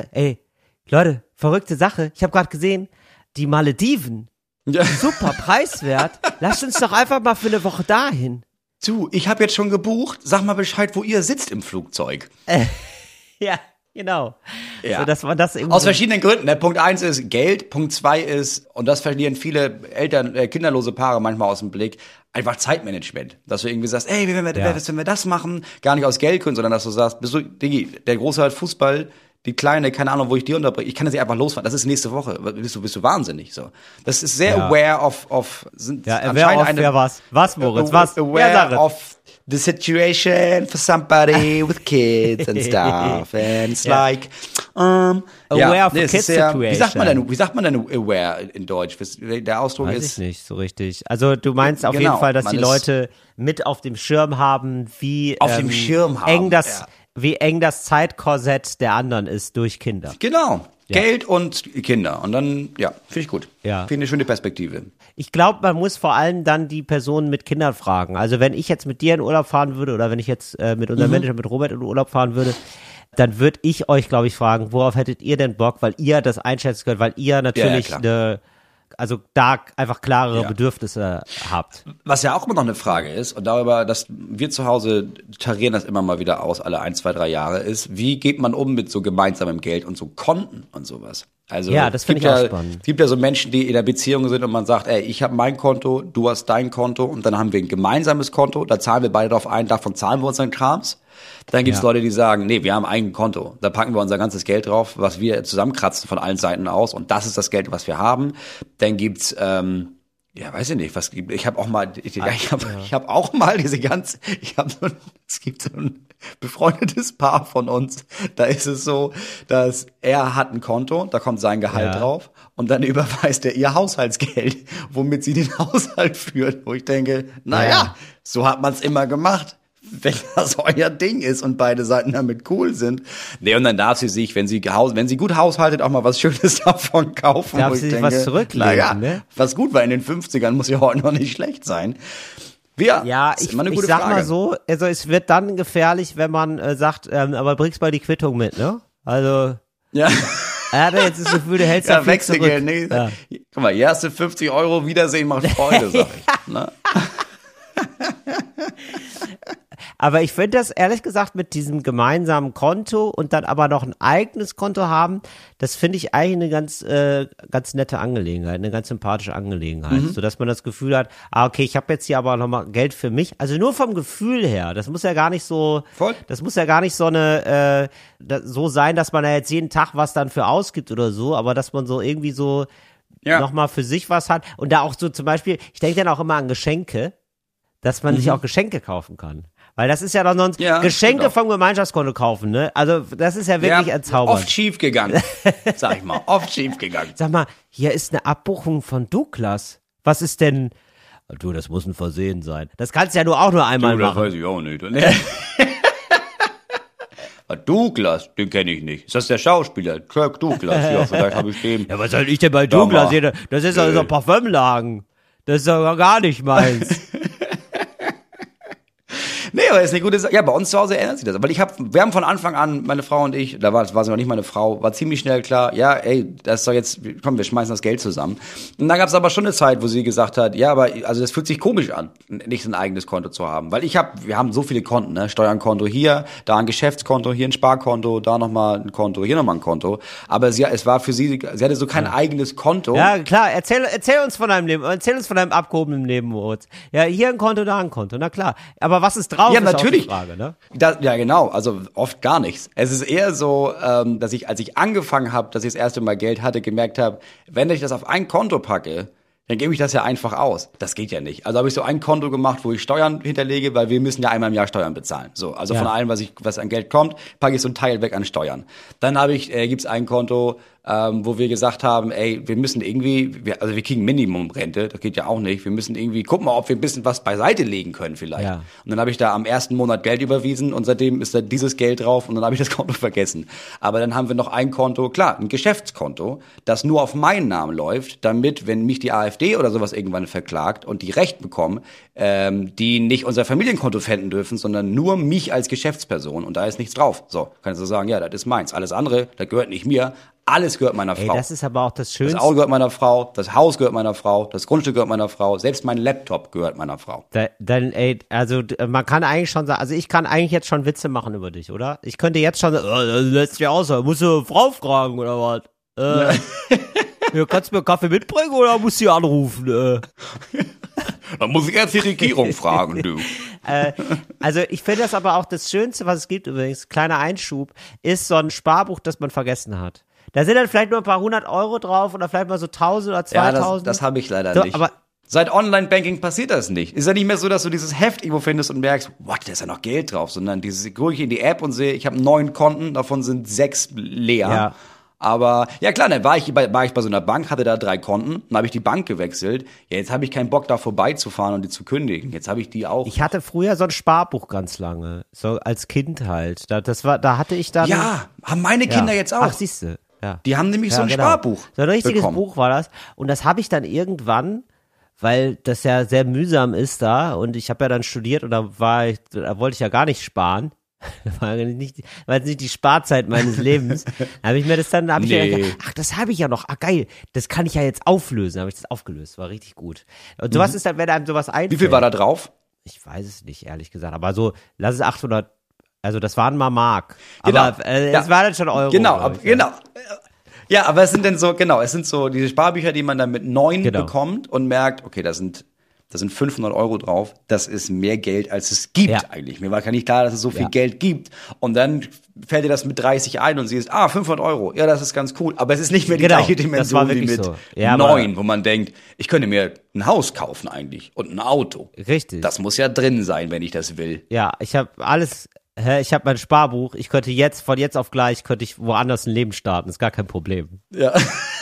Leute, verrückte Sache. Ich habe gerade gesehen, die Malediven. Ja. Super preiswert. Lasst uns doch einfach mal für eine Woche dahin. Du, ich habe jetzt schon gebucht. Sag mal Bescheid, wo ihr sitzt im Flugzeug. Ja, genau. Ja. So, dass man das irgendwie Aus verschiedenen Gründen. Ne? Punkt 1 ist Geld. Punkt 2 ist, und das verlieren viele kinderlose Paare manchmal aus dem Blick, einfach Zeitmanagement. Dass du irgendwie sagst, wenn wir das machen, gar nicht aus Geldgründen, sondern dass du sagst, bist du, Diggi, der Große hat Fußball, die Kleine, keine Ahnung, wo ich die unterbringe, ich kann das nicht einfach losfahren. Das ist nächste Woche. Bist du wahnsinnig, so. Das ist sehr aware of sind aware of was, Moritz, was? Aware of the situation for somebody with kids and stuff. And it's like, aware of the kids situation. Wie sagt man denn aware in Deutsch? Der Ausdruck Weiß ist. Ich nicht so richtig. Also du meinst auf jeden Fall, dass die Leute mit auf dem Schirm haben, wie wie eng das Zeitkorsett der anderen ist durch Kinder. Genau. Ja. Geld und Kinder. Und dann, finde ich gut. Ja. Finde ich eine schöne Perspektive. Ich glaube, man muss vor allem dann die Personen mit Kindern fragen. Also wenn ich jetzt mit dir in Urlaub fahren würde oder wenn ich jetzt mit unserem Manager, mit Robert in Urlaub fahren würde, dann würde ich euch, glaube ich, fragen, worauf hättet ihr denn Bock, weil ihr das einschätzen könnt, weil ihr natürlich also da einfach klarere Bedürfnisse habt. Was ja auch immer noch eine Frage ist, und darüber, dass wir zu Hause tarieren das immer mal wieder aus, alle 1, 2, 3 Jahre, ist, wie geht man um mit so gemeinsamem Geld und so Konten und sowas? Also ja, das finde ich auch spannend. Es gibt ja so Menschen, die in der Beziehung sind und man sagt, ey, ich habe mein Konto, du hast dein Konto und dann haben wir ein gemeinsames Konto, da zahlen wir beide drauf ein, davon zahlen wir unseren Krams. Dann gibt's Leute, die sagen, nee, wir haben ein Konto, da packen wir unser ganzes Geld drauf, was wir zusammenkratzen von allen Seiten aus und das ist das Geld, was wir haben. Dann gibt's, weiß ich nicht, was gibt, ich habe auch mal es gibt so ein befreundetes Paar von uns, da ist es so, dass er hat ein Konto, da kommt sein Gehalt drauf und dann überweist er ihr Haushaltsgeld, womit sie den Haushalt führt, wo ich denke, so hat man's immer gemacht. Wenn das euer Ding ist und beide Seiten damit cool sind. Nee, und dann darf sie sich, wenn sie gut haushaltet, auch mal was Schönes davon kaufen. Darf sie sich was zurücklegen, ne? Was gut war in den 50ern, muss ja heute noch nicht schlecht sein. Ich sag mal so, also es wird dann gefährlich, wenn man sagt, aber bringst mal die Quittung mit, ne? Also, er hat jetzt das Gefühl, du hältst ja viel zurück. Nee, guck mal, erste 50 € Wiedersehen macht Freude, sag ich. Ne? Aber ich finde das ehrlich gesagt mit diesem gemeinsamen Konto und dann aber noch ein eigenes Konto haben, das finde ich eigentlich eine ganz nette Angelegenheit, eine ganz sympathische Angelegenheit, so dass man das Gefühl hat, okay, ich habe jetzt hier aber nochmal Geld für mich, also nur vom Gefühl her, das muss ja gar nicht so, so sein, dass man da jetzt jeden Tag was dann für ausgibt oder so, aber dass man so irgendwie so nochmal für sich was hat und da auch so zum Beispiel, ich denke dann auch immer an Geschenke, dass man sich auch Geschenke kaufen kann. Weil das ist ja dann sonst Geschenke vom Gemeinschaftskonto kaufen, ne? Also das ist ja wirklich entzaubernd. Oft schief gegangen, sag ich mal. Oft schief gegangen. Sag mal, hier ist eine Abbuchung von Douglas. Was ist denn? Du, das muss ein Versehen sein. Das kannst du ja auch nur einmal machen. Das weiß ich auch nicht. Douglas, den kenne ich nicht. Ist das der Schauspieler? Kirk Douglas. Ja, vielleicht habe ich den. Ja, was soll ich denn bei Douglas sehen? Das ist doch so Parfümlagen. Das ist doch gar nicht meins. Nee, aber ist eine gute Sache. Ja, bei uns zu Hause ändert sich das. Weil wir haben von Anfang an, meine Frau und ich, war sie noch nicht meine Frau, war ziemlich schnell klar, ja, ey, das ist doch jetzt, komm, wir schmeißen das Geld zusammen. Und dann gab es aber schon eine Zeit, wo sie gesagt hat, ja, aber, also das fühlt sich komisch an, nicht ein eigenes Konto zu haben. Weil wir haben so viele Konten, ne, Steuernkonto hier, da ein Geschäftskonto, hier ein Sparkonto, da nochmal ein Konto, hier nochmal ein Konto. Aber es war für sie hatte so kein eigenes Konto. Ja, klar, erzähl uns von deinem Leben, erzähl uns von deinem abgehobenen Leben, Moritz. Ja, hier ein Konto, da ein Konto, na klar. Aber was ist drauf? Ja, natürlich. Ist auch die Frage, ne? Ja, genau. Also oft gar nichts. Es ist eher so, dass ich, als ich angefangen habe, dass ich das erste Mal Geld hatte, gemerkt habe, wenn ich das auf ein Konto packe, dann gebe ich das ja einfach aus. Das geht ja nicht. Also habe ich so ein Konto gemacht, wo ich Steuern hinterlege, weil wir müssen ja einmal im Jahr Steuern bezahlen. So, also von allem, was an Geld kommt, packe ich so ein Teil weg an Steuern. Dann gibt's ein Konto, wo wir gesagt haben, ey, wir müssen irgendwie, wir kriegen Minimumrente, das geht ja auch nicht. Wir müssen irgendwie gucken mal, ob wir ein bisschen was beiseite legen können vielleicht. Ja. Und dann habe ich da am ersten Monat Geld überwiesen und seitdem ist da dieses Geld drauf und dann habe ich das Konto vergessen. Aber dann haben wir noch ein Konto, klar, ein Geschäftskonto, das nur auf meinen Namen läuft, damit, wenn mich die AfD oder sowas irgendwann verklagt und die Recht bekommen, die nicht unser Familienkonto pfänden dürfen, sondern nur mich als Geschäftsperson und da ist nichts drauf. So, kannst du sagen, ja, das ist meins. Alles andere, das gehört nicht mir. Alles gehört meiner Frau. Das ist aber auch das Schönste. Das Auto gehört meiner Frau, das Haus gehört meiner Frau, das Grundstück gehört meiner Frau, selbst mein Laptop gehört meiner Frau. Man kann eigentlich schon sagen, also ich kann eigentlich jetzt schon Witze machen über dich, oder? Ich könnte jetzt schon, das lässt sich aus, musst du eine Frau fragen oder was? Ja, kannst du mir Kaffee mitbringen oder musst du hier anrufen? Da muss ich erst die Regierung fragen, du. Also ich finde das aber auch das Schönste, was es gibt übrigens, kleiner Einschub, ist so ein Sparbuch, das man vergessen hat. Da sind dann vielleicht nur ein paar 100 € drauf oder vielleicht mal so 1.000 oder 2.000. Ja, das habe ich leider so, nicht. Aber seit Online-Banking passiert das nicht. Ist ja nicht mehr so, dass du dieses Heft irgendwo findest und merkst, what, da ist ja noch Geld drauf, sondern gucke ich in die App und sehe, ich habe 9 Konten, davon sind 6 leer. Ja. Aber, ja klar, dann war ich bei so einer Bank, hatte da 3 Konten, dann habe ich die Bank gewechselt. Ja, jetzt habe ich keinen Bock, da vorbeizufahren und die zu kündigen. Jetzt habe ich die auch. Ich hatte früher so ein Sparbuch ganz lange, so als Kind halt. Da hatte ich dann. Ja, haben meine Kinder jetzt auch. Ach, siehste. Ja. Die haben nämlich so ein Sparbuch. So ein richtiges bekommen. Buch war das. Und das habe ich dann irgendwann, weil das ja sehr mühsam ist da und ich habe ja dann studiert und da wollte ich ja gar nicht sparen. War nicht die Sparzeit meines Lebens. Da habe ich mir das dann, ich gedacht, ach, das habe ich ja noch, geil, das kann ich ja jetzt auflösen. Da habe ich das aufgelöst, war richtig gut. Und sowas ist dann, wenn einem sowas einfällt. Wie viel war da drauf? Ich weiß es nicht, ehrlich gesagt, aber so, lass es 800, also das waren mal Mark. Genau. Aber es war dann schon Euro. Genau. Ja, aber es sind so diese Sparbücher, die man dann mit 9 bekommt und merkt, okay, da sind 500 € drauf. Das ist mehr Geld, als es gibt eigentlich. Mir war gar nicht klar, dass es so viel Geld gibt. Und dann fällt dir das mit 30 ein und siehst, 500 €. Ja, das ist ganz cool. Aber es ist nicht mehr die gleiche Dimension wie mit 9, wo man denkt, ich könnte mir ein Haus kaufen eigentlich und ein Auto. Richtig. Das muss ja drin sein, wenn ich das will. Ja, ich habe alles. Ich habe mein Sparbuch. Ich könnte von jetzt auf gleich, woanders ein Leben starten. Ist gar kein Problem. Ja.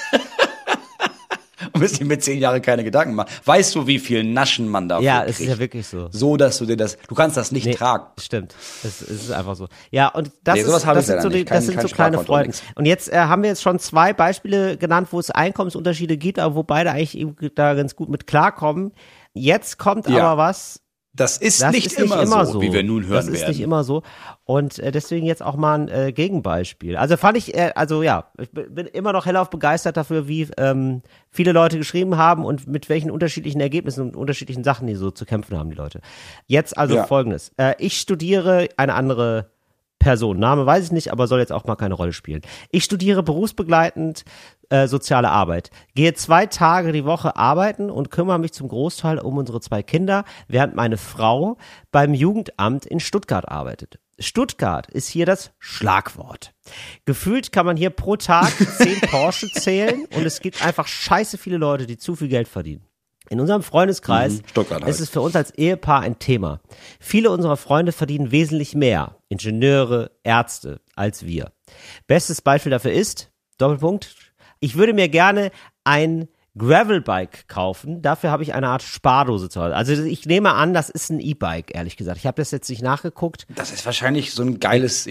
Und müsst ihr mit 10 Jahren keine Gedanken machen. Weißt du, wie viel Naschen man dafür kriegt? Ja, es ist ja wirklich so. So, dass du du kannst das nicht tragen. Stimmt. Es ist einfach so. Ja, und das sind so kleine Freuden. Und jetzt haben wir jetzt schon 2 Beispiele genannt, wo es Einkommensunterschiede gibt, aber wo beide eigentlich da ganz gut mit klarkommen. Jetzt kommt aber was. Das ist nicht immer so, wie wir nun hören werden. Das ist nicht immer so. Und deswegen jetzt auch mal ein Gegenbeispiel. Also fand ich, ich bin immer noch hellauf begeistert dafür, wie viele Leute geschrieben haben und mit welchen unterschiedlichen Ergebnissen und unterschiedlichen Sachen die so zu kämpfen haben, die Leute. Jetzt also Folgendes. Ich studiere eine andere Person. Name weiß ich nicht, aber soll jetzt auch mal keine Rolle spielen. Ich studiere berufsbegleitend soziale Arbeit. Gehe 2 Tage die Woche arbeiten und kümmere mich zum Großteil um unsere 2 Kinder, während meine Frau beim Jugendamt in Stuttgart arbeitet. Stuttgart ist hier das Schlagwort. Gefühlt kann man hier pro Tag 10 Porsche zählen und es gibt einfach scheiße viele Leute, die zu viel Geld verdienen. In unserem Freundeskreis ist es für uns als Ehepaar ein Thema. Viele unserer Freunde verdienen wesentlich mehr, Ingenieure, Ärzte, als wir. Bestes Beispiel dafür ist, Doppelpunkt, ich würde mir gerne ein Gravelbike kaufen, dafür habe ich eine Art Spardose zu Hause. Also ich nehme an, das ist ein E-Bike, ehrlich gesagt. Ich habe das jetzt nicht nachgeguckt. Das ist wahrscheinlich so ein geiles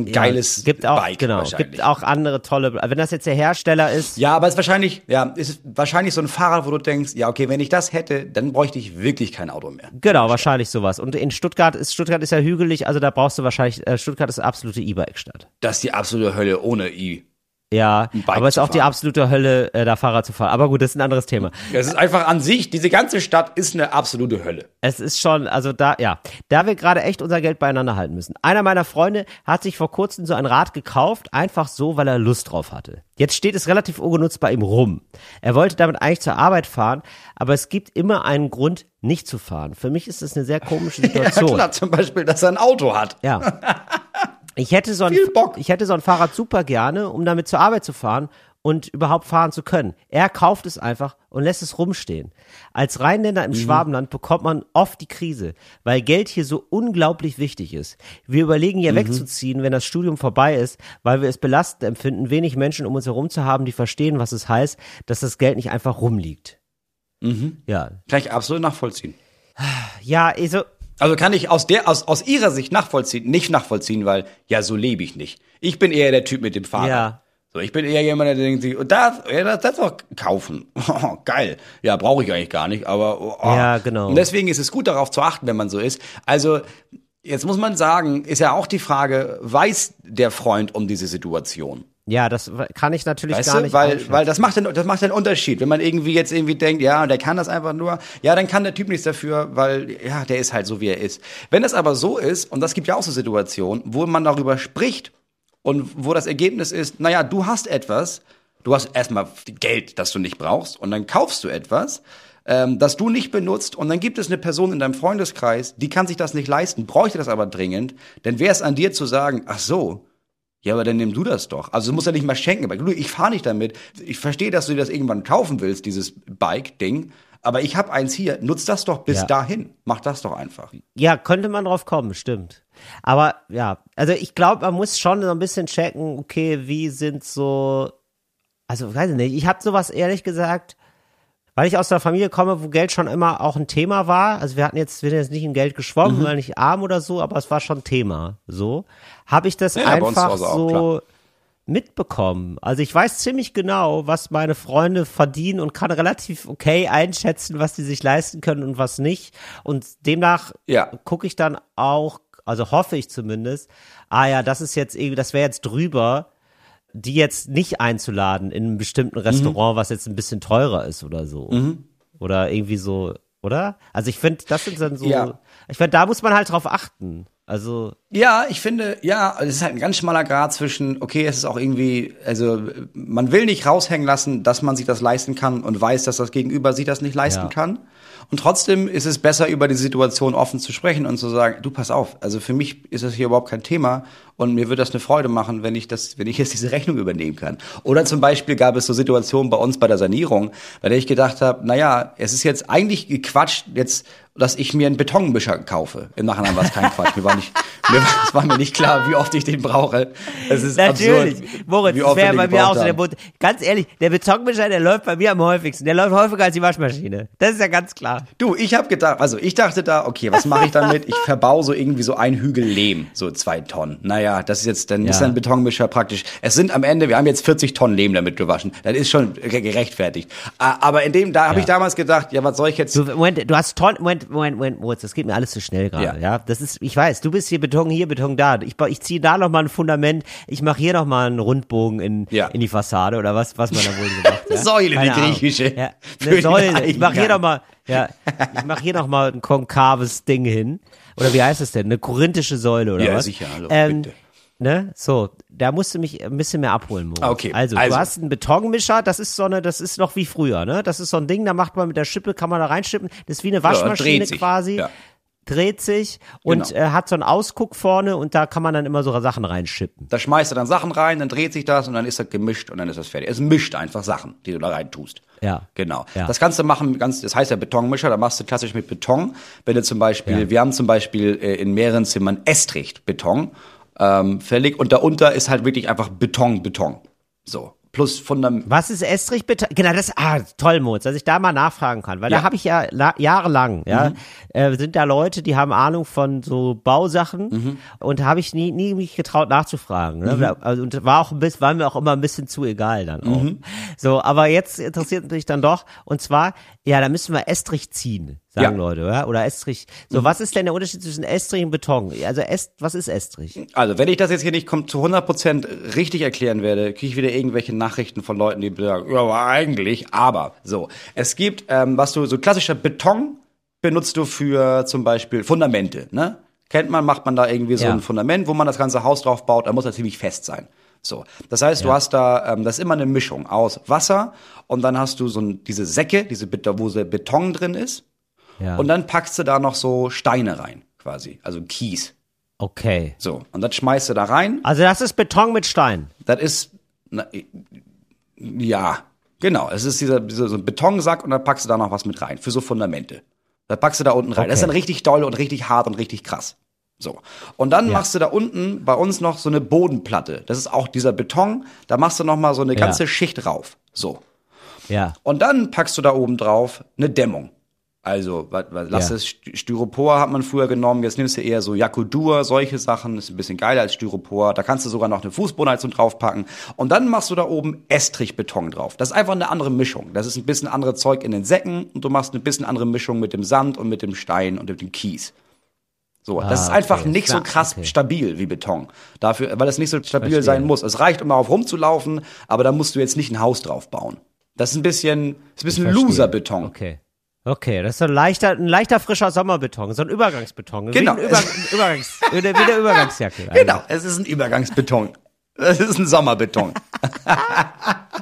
gibt auch, Bike. Genau, gibt auch andere tolle, wenn das jetzt der Hersteller ist. Ja, aber es ist wahrscheinlich so ein Fahrrad, wo du denkst, ja okay, wenn ich das hätte, dann bräuchte ich wirklich kein Auto mehr. Genau, wahrscheinlich sowas. Und in Stuttgart ist ja hügelig, also da brauchst du wahrscheinlich, Stuttgart ist eine absolute E-Bike-Stadt. Das ist die absolute Hölle ohne Ja, aber es ist auch die absolute Hölle, da Fahrrad zu fahren. Aber gut, das ist ein anderes Thema. Es ist einfach an sich, diese ganze Stadt ist eine absolute Hölle. Es ist schon, also da wir gerade echt unser Geld beieinander halten müssen. Einer meiner Freunde hat sich vor kurzem so ein Rad gekauft, einfach so, weil er Lust drauf hatte. Jetzt steht es relativ ungenutzt bei ihm rum. Er wollte damit eigentlich zur Arbeit fahren, aber es gibt immer einen Grund, nicht zu fahren. Für mich ist das eine sehr komische Situation. Ja, klar, zum Beispiel, dass er ein Auto hat. Ja. Ich hätte so ein Fahrrad super gerne, um damit zur Arbeit zu fahren und überhaupt fahren zu können. Er kauft es einfach und lässt es rumstehen. Als Rheinländer im Schwabenland bekommt man oft die Krise, weil Geld hier so unglaublich wichtig ist. Wir überlegen ja wegzuziehen, wenn das Studium vorbei ist, weil wir es belastend empfinden, wenig Menschen um uns herum zu haben, die verstehen, was es heißt, dass das Geld nicht einfach rumliegt. Ja. Kann ich absolut nachvollziehen. Ja, Also kann ich aus ihrer Sicht nicht nachvollziehen, weil, ja, so lebe ich nicht. Ich bin eher der Typ mit dem Fahrrad. Ja. So, ich bin eher jemand, der denkt sich, das doch kaufen. Oh, geil. Ja, brauche ich eigentlich gar nicht, aber, Ja, genau. Und deswegen ist es gut, darauf zu achten, wenn man so ist. Also, jetzt muss man sagen, ist ja auch die Frage, weiß der Freund um diese Situation? Ja, das kann ich natürlich weißt gar nicht. Weil das macht den Unterschied. Wenn man irgendwie denkt, ja, der kann das einfach nur, ja, dann kann der Typ nichts dafür, weil, ja, der ist halt so, wie er ist. Wenn es aber so ist, und das gibt ja auch so Situationen, wo man darüber spricht und wo das Ergebnis ist, naja, du hast etwas, du hast erstmal Geld, das du nicht brauchst, und dann kaufst du etwas, dass du nicht benutzt und dann gibt es eine Person in deinem Freundeskreis, die kann sich das nicht leisten, bräuchte das aber dringend, dann wäre es an dir zu sagen, ach so, ja, aber dann nimm du das doch. Also du musst ja nicht mal schenken. Du, ich fahre nicht damit. Ich verstehe, dass du dir das irgendwann kaufen willst, dieses Bike-Ding. Aber ich habe eins hier. Nutz das doch bis dahin. Mach das doch einfach. Ja, könnte man drauf kommen, stimmt. Aber ja, also ich glaube, man muss schon so ein bisschen checken, okay, wie sind so, also weiß ich nicht, ich habe sowas ehrlich gesagt, weil ich aus einer Familie komme, wo Geld schon immer auch ein Thema war, also wir sind jetzt nicht in Geld geschwommen, weil nicht arm oder so, aber es war schon Thema, so, habe ich das einfach so mitbekommen. Also ich weiß ziemlich genau, was meine Freunde verdienen und kann relativ okay einschätzen, was die sich leisten können und was nicht. Und demnach gucke ich dann auch, also hoffe ich zumindest, das ist jetzt irgendwie, das wäre jetzt drüber, die jetzt nicht einzuladen in einem bestimmten Restaurant, was jetzt ein bisschen teurer ist oder so. Oder irgendwie so, oder? Also ich finde, das sind dann so, ich finde, da muss man halt drauf achten. Also. Ja, ich finde, es ist halt ein ganz schmaler Grad zwischen, okay, es ist auch irgendwie, also man will nicht raushängen lassen, dass man sich das leisten kann und weiß, dass das Gegenüber sich das nicht leisten kann. Und trotzdem ist es besser, über die Situation offen zu sprechen und zu sagen, du, pass auf, also für mich ist das hier überhaupt kein Thema und mir würde das eine Freude machen, wenn ich jetzt diese Rechnung übernehmen kann. Oder zum Beispiel gab es so Situationen bei uns bei der Sanierung, bei der ich gedacht habe, naja, es ist jetzt eigentlich gequatscht, jetzt, dass ich mir einen Betonmischer kaufe. Im Nachhinein war es kein Quatsch. Es war mir nicht klar, wie oft ich den brauche. Es ist natürlich, absurd, Moritz, das wäre bei mir auch so. Ganz ehrlich, der Betonmischer, der läuft bei mir am häufigsten. Der läuft häufiger als die Waschmaschine. Das ist ja ganz klar. Du, ich dachte da, okay, was mache ich damit? Ich verbau so irgendwie so einen Hügel Lehm, so 2 Tonnen. Naja, das ist jetzt, dann ist ein Betonmischer praktisch. Es sind am Ende, wir haben jetzt 40 Tonnen Lehm damit gewaschen. Das ist schon gerechtfertigt. Aber habe ich damals gedacht, ja, was soll ich jetzt? Moment, du hast Tonnen, Moment, Moritz, das geht mir alles zu schnell gerade, ja. Das ist, ich weiß, du bist hier Beton da. Ich ziehe da noch mal ein Fundament, ich mache hier noch mal einen Rundbogen in die Fassade oder was man da wohl gemacht hat. Säule, die griechische. Ja, eine Säule. Ich mache hier noch mal ein konkaves Ding hin. Oder wie heißt es denn? Eine korinthische Säule oder was? Ja, sicher, hallo, bitte. Ne? So, da musst du mich ein bisschen mehr abholen, Moritz. Okay. Also, du hast einen Betonmischer, das ist noch wie früher, ne? Das ist so ein Ding, da macht man mit der Schippe, kann man da reinschippen. Das ist wie eine Waschmaschine quasi. Ja. Dreht sich und hat so einen Ausguck vorne und da kann man dann immer so Sachen reinschippen. Da schmeißt du dann Sachen rein, dann dreht sich das und dann ist das gemischt und dann ist das fertig. Es mischt einfach Sachen, die du da rein tust. Ja. Genau. Ja. Das kannst du machen, das heißt ja Betonmischer, da machst du klassisch mit Beton. Wenn du zum Beispiel, wir haben zum Beispiel in mehreren Zimmern Estrichbeton verlegt und darunter ist halt wirklich einfach Beton. So. Plus Fundament. Was ist Estrichbeton? Genau, toll, Moritz, dass ich da mal nachfragen kann, weil da habe ich ja jahrelang, sind da Leute, die haben Ahnung von so Bausachen und habe ich nie mich getraut nachzufragen. Ne? Also, und war mir auch immer ein bisschen zu egal dann auch. So, aber jetzt interessiert mich dann doch, und zwar, da müssen wir Estrich ziehen, sagen Leute, oder Estrich. So, was ist denn der Unterschied zwischen Estrich und Beton? Also was ist Estrich? Also, wenn ich das jetzt hier nicht zu 100% richtig erklären werde, kriege ich wieder irgendwelche Nachrichten von Leuten, die sagen, ja, eigentlich, aber so. Es gibt, so klassischer Beton benutzt du für zum Beispiel Fundamente, ne? Macht man da irgendwie so ein Fundament, wo man das ganze Haus drauf baut, da muss das ziemlich fest sein. So. Das heißt, du hast da, das ist immer eine Mischung aus Wasser und dann hast du diese Säcke, wo so Beton drin ist. Ja. Und dann packst du da noch so Steine rein, quasi, also Kies. Okay. So. Und das schmeißt du da rein. Also das ist Beton mit Stein. Das ist, genau. Es ist dieser so ein Betonsack und dann packst du da noch was mit rein für so Fundamente. Da packst du da unten rein. Okay. Das ist dann richtig doll und richtig hart und richtig krass. So. Und dann machst du da unten bei uns noch so eine Bodenplatte. Das ist auch dieser Beton. Da machst du noch mal so eine ganze Schicht drauf. So. Ja. Und dann packst du da oben drauf eine Dämmung. Also, lass es Styropor hat man früher genommen, jetzt nimmst du eher so Yakudur, solche Sachen, ist ein bisschen geiler als Styropor, da kannst du sogar noch eine Fußbodenheizung draufpacken und dann machst du da oben Estrichbeton drauf. Das ist einfach eine andere Mischung, das ist ein bisschen andere Zeug in den Säcken und du machst eine bisschen andere Mischung mit dem Sand und mit dem Stein und mit dem Kies. So, das ist einfach nicht so krass stabil wie Beton. Dafür, weil es nicht so stabil sein muss. Es reicht, um darauf rumzulaufen, aber da musst du jetzt nicht ein Haus drauf bauen. Das ist ein bisschen Loser-Beton. Okay, das ist so ein leichter frischer Sommerbeton, so ein Übergangsbeton. Genau. Wie eine Übergangsjacke. Genau, es ist ein Übergangsbeton. Es ist ein Sommerbeton.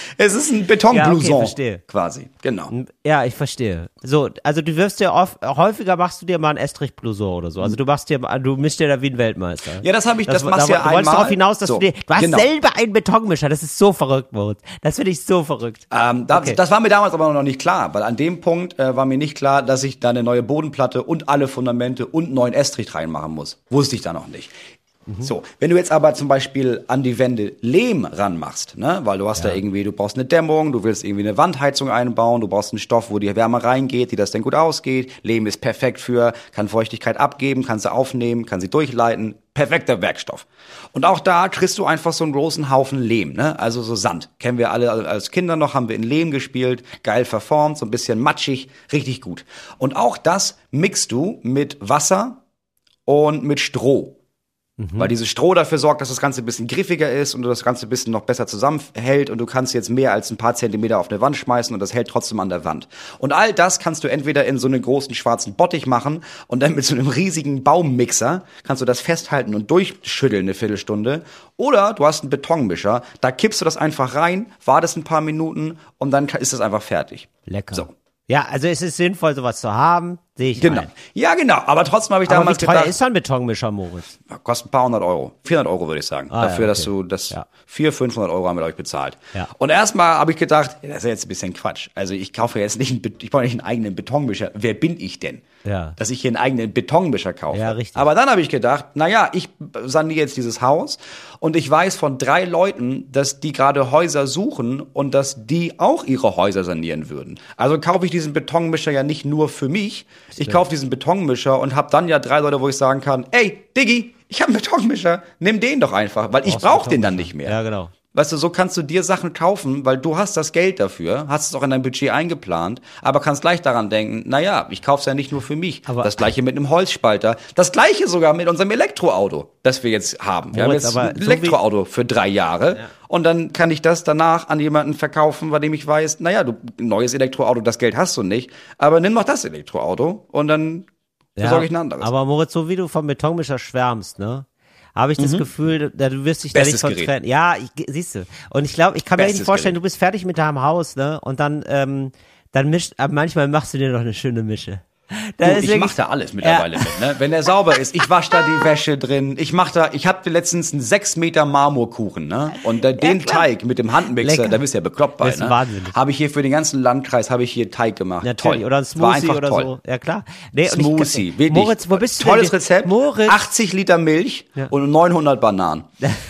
Es ist ein Betonblouson, okay, verstehe. quasi, genau. Ja, ich verstehe. So, also du wirfst dir häufiger machst du dir mal einen Estrich-Blouson oder so. Also du mischst dir da wie ein Weltmeister. Ja, das machst du ja einmal. Du wolltest darauf hinaus, dass so, du hast genau. selber einen Betonmischer. Das ist so verrückt, Moritz. Das finde ich so verrückt. Okay. Das war mir damals aber noch nicht klar, weil an dem Punkt war mir nicht klar, dass ich da eine neue Bodenplatte und alle Fundamente und neuen Estrich reinmachen muss. Wusste ich da noch nicht. So, wenn du jetzt aber zum Beispiel an die Wände Lehm ranmachst, ne, weil du hast da irgendwie, du brauchst eine Dämmung, du willst irgendwie eine Wandheizung einbauen, du brauchst einen Stoff, wo die Wärme reingeht, die das dann gut ausgeht. Lehm ist perfekt kann Feuchtigkeit abgeben, kann sie aufnehmen, kann sie durchleiten. Perfekter Werkstoff. Und auch da kriegst du einfach so einen großen Haufen Lehm, ne? Also so Sand. Kennen wir alle als Kinder noch, haben wir in Lehm gespielt, geil verformt, so ein bisschen matschig, richtig gut. Und auch das mixt du mit Wasser und mit Stroh. Weil dieses Stroh dafür sorgt, dass das Ganze ein bisschen griffiger ist und das Ganze ein bisschen noch besser zusammenhält und du kannst jetzt mehr als ein paar Zentimeter auf eine Wand schmeißen und das hält trotzdem an der Wand. Und all das kannst du entweder in so einen großen schwarzen Bottich machen und dann mit so einem riesigen Baummixer kannst du das festhalten und durchschütteln eine Viertelstunde. Oder du hast einen Betonmischer, da kippst du das einfach rein, wartest ein paar Minuten und dann ist das einfach fertig. Lecker. So. Ja, also es ist sinnvoll, sowas zu haben, sehe ich Genau. ein. Ja, genau. Aber trotzdem habe ich Aber damals wie teuer gedacht, ist so ein Betonmischer, Moritz? kostet ein paar hundert Euro. 400 Euro würde ich sagen. Dafür, ja, dass okay. du das Ja. 400, 500 Euro haben wir, glaube ich, bezahlt. Ja. Und erstmal habe ich gedacht, ja, das ist ja jetzt ein bisschen Quatsch. Also ich kaufe jetzt nicht, ich brauche nicht einen eigenen Betonmischer. Wer bin ich denn? Ja. Dass ich hier einen eigenen Betonmischer kaufe. Ja, richtig. Aber dann habe ich gedacht, naja, ich saniere jetzt dieses Haus und ich weiß von 3 Leuten, dass die gerade Häuser suchen und dass die auch ihre Häuser sanieren würden. Also kaufe ich diesen Betonmischer ja nicht nur für mich. Ich kaufe diesen Betonmischer und habe dann ja 3 Leute, wo ich sagen kann, ey, Diggi, ich habe einen Betonmischer, nimm den doch einfach, weil ich brauche den dann nicht mehr. Ja, genau. Weißt du, so kannst du dir Sachen kaufen, weil du hast das Geld dafür, hast es auch in dein Budget eingeplant, aber kannst gleich daran denken, naja, ich kauf's ja nicht nur für mich. Aber das Gleiche mit einem Holzspalter. Das Gleiche sogar mit unserem Elektroauto, das wir jetzt haben. Wir Moritz, haben jetzt aber ein so Elektroauto für 3 Jahre und dann kann ich das danach an jemanden verkaufen, bei dem ich weiß, naja, du, neues Elektroauto, das Geld hast du nicht, aber nimm doch das Elektroauto und dann besorge ich ein anderes. Aber Moritz, so wie du vom Betonmischer schwärmst, ne? Habe ich das Gefühl, du wirst dich da nicht Bestes von Gerät. trennen. Ja, siehst du. Und ich glaube, ich kann mir Bestes nicht vorstellen, Gerät. du bist fertig mit deinem Haus, ne? Und dann manchmal machst du dir noch eine schöne Mische. Da ist Ich wirklich- mache da alles mittlerweile mit, ne? Wenn der sauber ist, ich wasche da die Wäsche drin, ich habe letztens einen 6 Meter Marmorkuchen, ne? Und den klar. Teig mit dem Handmixer, Lecker. da bist du ja bekloppt bei, Das ist ne? wahnsinnig. Habe ich hier für den ganzen Landkreis, habe ich hier Teig gemacht. Natürlich, Toll. oder ein War Smoothie einfach oder toll. so. Ja, klar. Nee, und Smoothie, wirklich. Moritz, wo bist du Tolles denn? Rezept, Moritz. 80 Liter Milch und 900 Bananen.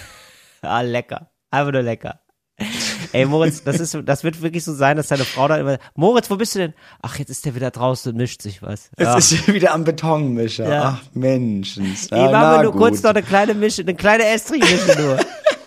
Ah, lecker. Einfach nur lecker. Ey, Moritz, das wird wirklich so sein, dass deine Frau dann immer, Moritz, wo bist du denn? Ach, jetzt ist der wieder draußen und mischt sich was. Es ist wieder am Betonmischer. Ja. Ach, Menschens. Ich mache mir nur kurz noch eine kleine Estrich-Mische nur.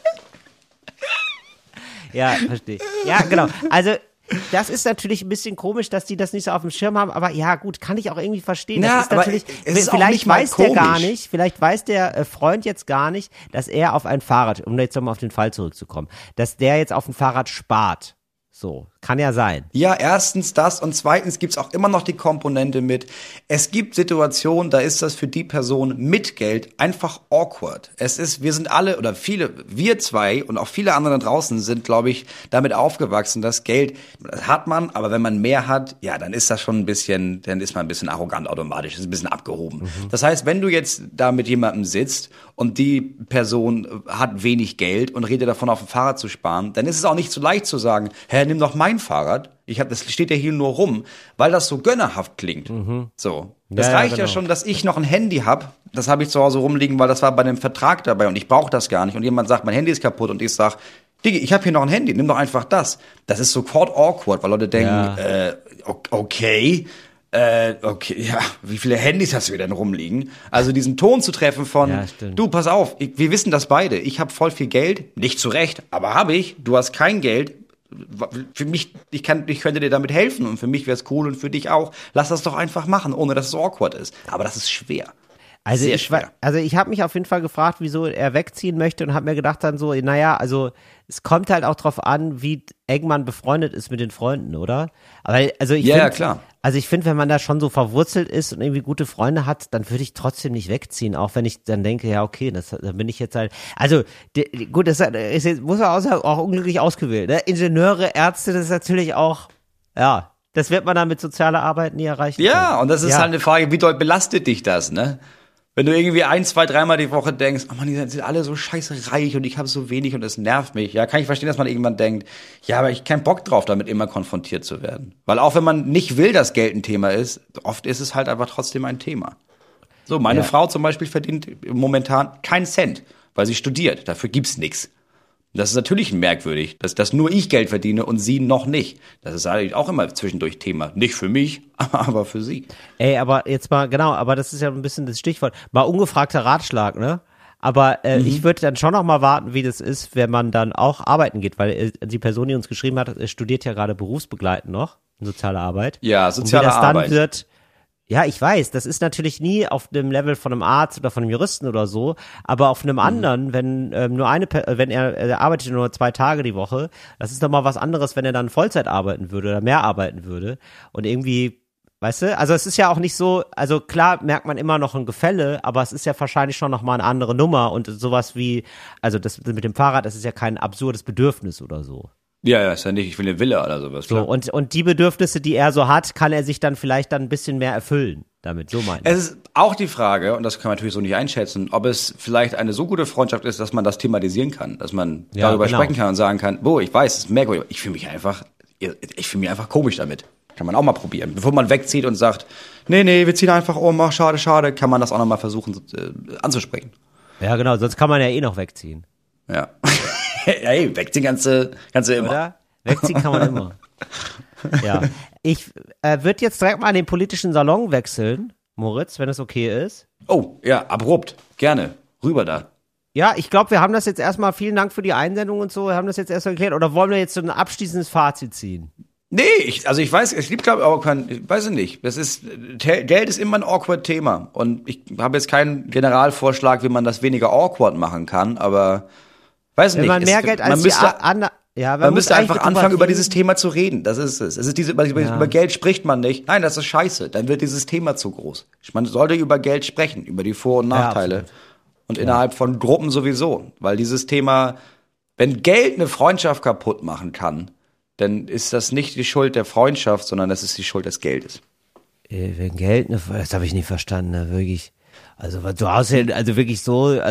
Ja, verstehe. Ja, genau. Also, das ist natürlich ein bisschen komisch, dass die das nicht so auf dem Schirm haben, aber ja, gut, kann ich auch irgendwie verstehen. Ja, Das ist aber natürlich, es ist auch vielleicht nicht mal weiß der gar komisch. nicht, vielleicht weiß der Freund jetzt gar nicht, dass er auf ein Fahrrad, um jetzt nochmal auf den Fall zurückzukommen, dass der jetzt auf ein Fahrrad spart. So, kann ja sein. Ja, erstens das und zweitens gibt's auch immer noch die Komponente mit, es gibt Situationen, da ist das für die Person mit Geld einfach awkward. Wir sind alle oder viele, wir zwei und auch viele andere draußen sind, glaube ich, damit aufgewachsen, dass Geld, das hat man, aber wenn man mehr hat, ja, dann ist das schon ein bisschen, dann ist man ein bisschen arrogant automatisch, ist ein bisschen abgehoben. Das heißt, wenn du jetzt da mit jemandem sitzt und die Person hat wenig Geld und redet davon, auf dem Fahrrad zu sparen, dann ist es auch nicht so leicht zu sagen, hä, nimm doch mein Fahrrad. Das steht ja hier nur rum, weil das so gönnerhaft klingt. So. Das Ja, reicht genau. ja schon, dass ich noch ein Handy hab. Das habe ich zu Hause rumliegen, weil das war bei dem Vertrag dabei und ich brauche das gar nicht. Und jemand sagt, mein Handy ist kaputt und ich sag, Diggi, ich habe hier noch ein Handy, nimm doch einfach das. Das ist sofort awkward, weil Leute denken, okay, ja, wie viele Handys hast du denn rumliegen? Also diesen Ton zu treffen von, Ja, stimmt. du, pass auf, wir wissen das beide. Ich habe voll viel Geld, nicht zu Recht, aber habe ich. Du hast kein Geld. Für mich, ich könnte dir damit helfen und für mich wäre es cool und für dich auch. Lass das doch einfach machen, ohne dass es awkward ist. Aber das ist schwer. Also Sehr ich schwer. ich habe mich auf jeden Fall gefragt, wieso er wegziehen möchte und habe mir gedacht dann so, naja, also es kommt halt auch drauf an, wie eng man befreundet ist mit den Freunden, oder? Aber also ich Ja, finde, ja, klar. Also ich finde, wenn man da schon so verwurzelt ist und irgendwie gute Freunde hat, dann würde ich trotzdem nicht wegziehen, auch wenn ich dann denke, ja okay, da bin ich jetzt halt, also gut, das ist jetzt, muss man auch unglücklich ausgewählt, ne? Ingenieure, Ärzte, das ist natürlich auch, ja, das wird man dann mit sozialer Arbeit nie erreichen können. Ja, und das ist halt eine Frage, wie doll belastet dich das, ne? Wenn du irgendwie 1, 2, 3 Mal die Woche denkst, oh Mann, die sind alle so scheiße reich und ich habe so wenig und das nervt mich. Ja, kann ich verstehen, dass man irgendwann denkt, ja, aber ich hab keinen Bock drauf, damit immer konfrontiert zu werden. Weil auch wenn man nicht will, dass Geld ein Thema ist, oft ist es halt einfach trotzdem ein Thema. So, meine Frau zum Beispiel verdient momentan keinen Cent, weil sie studiert. Dafür gibt's nichts. Das ist natürlich merkwürdig, dass nur ich Geld verdiene und sie noch nicht. Das ist eigentlich auch immer zwischendurch Thema. Nicht für mich, aber für sie. Ey, aber jetzt mal, genau, aber das ist ja ein bisschen das Stichwort. Mal ungefragter Ratschlag, ne? Aber ich würde dann schon noch mal warten, wie das ist, wenn man dann auch arbeiten geht, weil die Person, die uns geschrieben hat, studiert ja gerade berufsbegleitend noch in soziale Arbeit. Ja, soziale und wie das dann Arbeit. wird, ja, ich weiß, das ist natürlich nie auf dem Level von einem Arzt oder von einem Juristen oder so, aber auf einem anderen, wenn wenn er arbeitet nur 2 Tage die Woche, das ist doch mal was anderes, wenn er dann Vollzeit arbeiten würde oder mehr arbeiten würde und irgendwie, weißt du, also es ist ja auch nicht so, also klar merkt man immer noch ein Gefälle, aber es ist ja wahrscheinlich schon noch mal eine andere Nummer und sowas wie, also das mit dem Fahrrad, das ist ja kein absurdes Bedürfnis oder so. Ja, ist ja nicht, ich will eine Villa oder sowas. So, und die Bedürfnisse, die er so hat, kann er sich dann vielleicht dann ein bisschen mehr erfüllen damit, so meint. Es ist auch die Frage, und das kann man natürlich so nicht einschätzen, ob es vielleicht eine so gute Freundschaft ist, dass man das thematisieren kann, dass man darüber sprechen kann und sagen kann, ich weiß, es ist merkwürdig, ich fühle mich einfach komisch damit. Kann man auch mal probieren. Bevor man wegzieht und sagt, nee, wir ziehen einfach um, ach, schade, kann man das auch noch mal versuchen anzusprechen. Ja, genau, sonst kann man ja eh noch wegziehen. Ja. Hey, wegziehen kannst du immer. Oder? Wegziehen kann man immer. Ja. Ich würde jetzt direkt mal an den politischen Salon wechseln, Moritz, wenn es okay ist. Oh, ja, abrupt. Gerne. Rüber da. Ja, ich glaube, wir haben das jetzt erstmal, vielen Dank für die Einsendung und so, wir haben das jetzt erstmal geklärt. Oder wollen wir jetzt so ein abschließendes Fazit ziehen? Nee, ich weiß, es gibt, glaube ich, auch weiß ich nicht. Geld ist immer ein awkward Thema. Und ich habe jetzt keinen Generalvorschlag, wie man das weniger awkward machen kann, aber weiß nicht. Wenn man mehr Geld als man müsste einfach anfangen, über dieses Thema zu reden. Das ist es. Es ist über Geld spricht man nicht. Nein, das ist scheiße. Dann wird dieses Thema zu groß. Man sollte über Geld sprechen, über die Vor- und Nachteile. Ja, und innerhalb von Gruppen sowieso. Weil dieses Thema, wenn Geld eine Freundschaft kaputt machen kann, dann ist das nicht die Schuld der Freundschaft, sondern das ist die Schuld des Geldes. Wenn Geld, das habe ich nicht verstanden, ne, wirklich. Also was du aushältst, also wirklich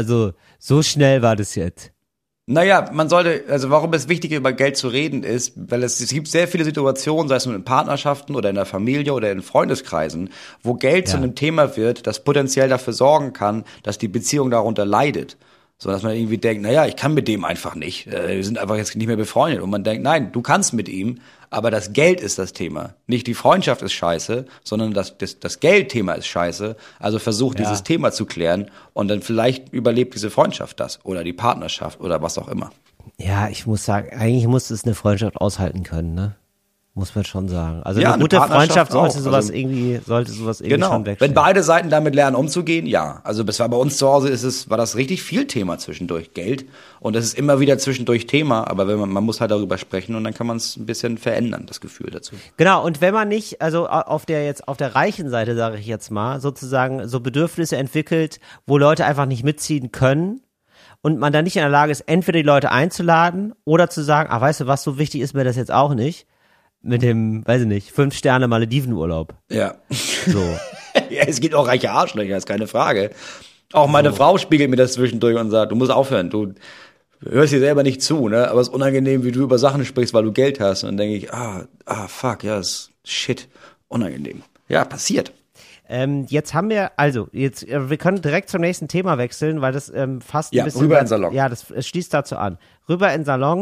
so schnell war das jetzt. Naja, warum es wichtig über Geld zu reden ist, weil es gibt sehr viele Situationen, sei es nun in Partnerschaften oder in der Familie oder in Freundeskreisen, wo Geld zu einem Thema wird, das potenziell dafür sorgen kann, dass die Beziehung darunter leidet. So, dass man irgendwie denkt, naja, ich kann mit dem einfach nicht. Wir sind einfach jetzt nicht mehr befreundet. Und man denkt, nein, du kannst mit ihm, aber das Geld ist das Thema. Nicht die Freundschaft ist scheiße, sondern das Geldthema ist scheiße. Also versuch dieses Thema zu klären und dann vielleicht überlebt diese Freundschaft das oder die Partnerschaft oder was auch immer. Ja, ich muss sagen, eigentlich muss es eine Freundschaft aushalten können, ne? Muss man schon sagen. Also Ja, eine gute eine Partnerschaft Freundschaft sollte auch. sowas Also, irgendwie Genau. schon wegstehen. Wenn beide Seiten damit lernen, umzugehen, ja. Also das war bei uns zu Hause war das richtig viel Thema zwischendurch, Geld. Und das ist immer wieder zwischendurch Thema, aber man muss halt darüber sprechen und dann kann man es ein bisschen verändern, das Gefühl dazu. Genau, und wenn man nicht, also auf der reichen Seite, sage ich jetzt mal, sozusagen so Bedürfnisse entwickelt, wo Leute einfach nicht mitziehen können und man dann nicht in der Lage ist, entweder die Leute einzuladen oder zu sagen, weißt du was, so wichtig ist mir das jetzt auch nicht, mit dem, weiß ich nicht, 5-Sterne-Maledivenurlaub. Ja. So. Ja, es gibt auch reiche Arschlöcher, ist keine Frage. Auch meine Frau spiegelt mir das zwischendurch und sagt, du musst aufhören, du hörst dir selber nicht zu, ne? Aber es ist unangenehm, wie du über Sachen sprichst, weil du Geld hast. Und dann denke ich, fuck, ja, ist shit, unangenehm. Ja, passiert. Jetzt haben wir, wir können direkt zum nächsten Thema wechseln, weil das fast ein bisschen... rüber in den Salon. Ja, das schließt dazu an. Rüber in den Salon.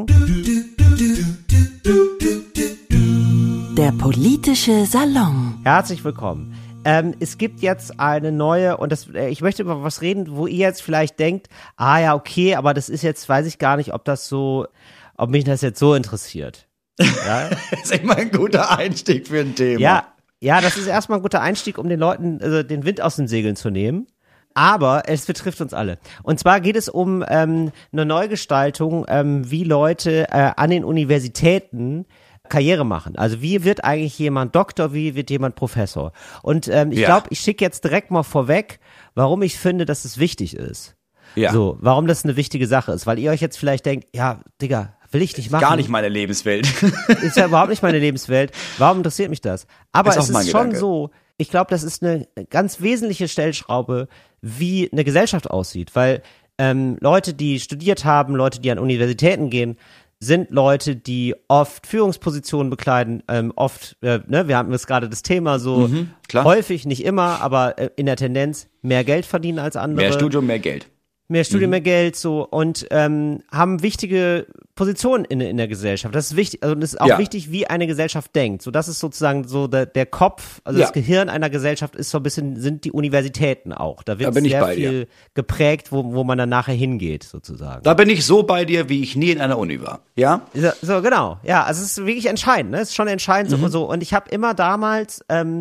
Der politische Salon. Herzlich willkommen. Es gibt jetzt eine neue, und ich möchte über was reden, wo ihr jetzt vielleicht denkt, ja, okay, aber das ist jetzt, weiß ich gar nicht, ob mich das jetzt so interessiert. Ja? Das ist immer ein guter Einstieg für ein Thema. Ja, das ist erstmal ein guter Einstieg, um den Leuten den Wind aus den Segeln zu nehmen. Aber es betrifft uns alle. Und zwar geht es um eine Neugestaltung, wie Leute an den Universitäten Karriere machen. Also wie wird eigentlich jemand Doktor, wie wird jemand Professor? Und ich glaube, ich schicke jetzt direkt mal vorweg, warum ich finde, dass es wichtig ist. Ja. So, warum das eine wichtige Sache ist. Weil ihr euch jetzt vielleicht denkt, ja, Digga, will ich nicht machen. Gar nicht meine Lebenswelt. Ist ja überhaupt nicht meine Lebenswelt. Warum interessiert mich das? Aber es ist schon so, ich glaube, das ist eine ganz wesentliche Stellschraube, wie eine Gesellschaft aussieht. Weil Leute, die studiert haben, Leute, die an Universitäten gehen, sind Leute, die oft Führungspositionen bekleiden, oft, wir haben jetzt gerade das Thema so, häufig, nicht immer, aber in der Tendenz mehr Geld verdienen als andere. Mehr Studium, mehr Geld. Mehr Studium, mehr Geld, so, und haben wichtige Positionen in der Gesellschaft. Das ist wichtig, also das ist auch wichtig, wie eine Gesellschaft denkt. So, das ist sozusagen so der Kopf, also das Gehirn einer Gesellschaft ist so ein bisschen, sind die Universitäten auch. Da wird sehr viel geprägt, wo man dann nachher hingeht, sozusagen. Da bin ich so bei dir, wie ich nie in einer Uni war, ja? So, genau, ja, also es ist wirklich entscheidend, ne? Es ist schon entscheidend so. Und ich habe immer damals,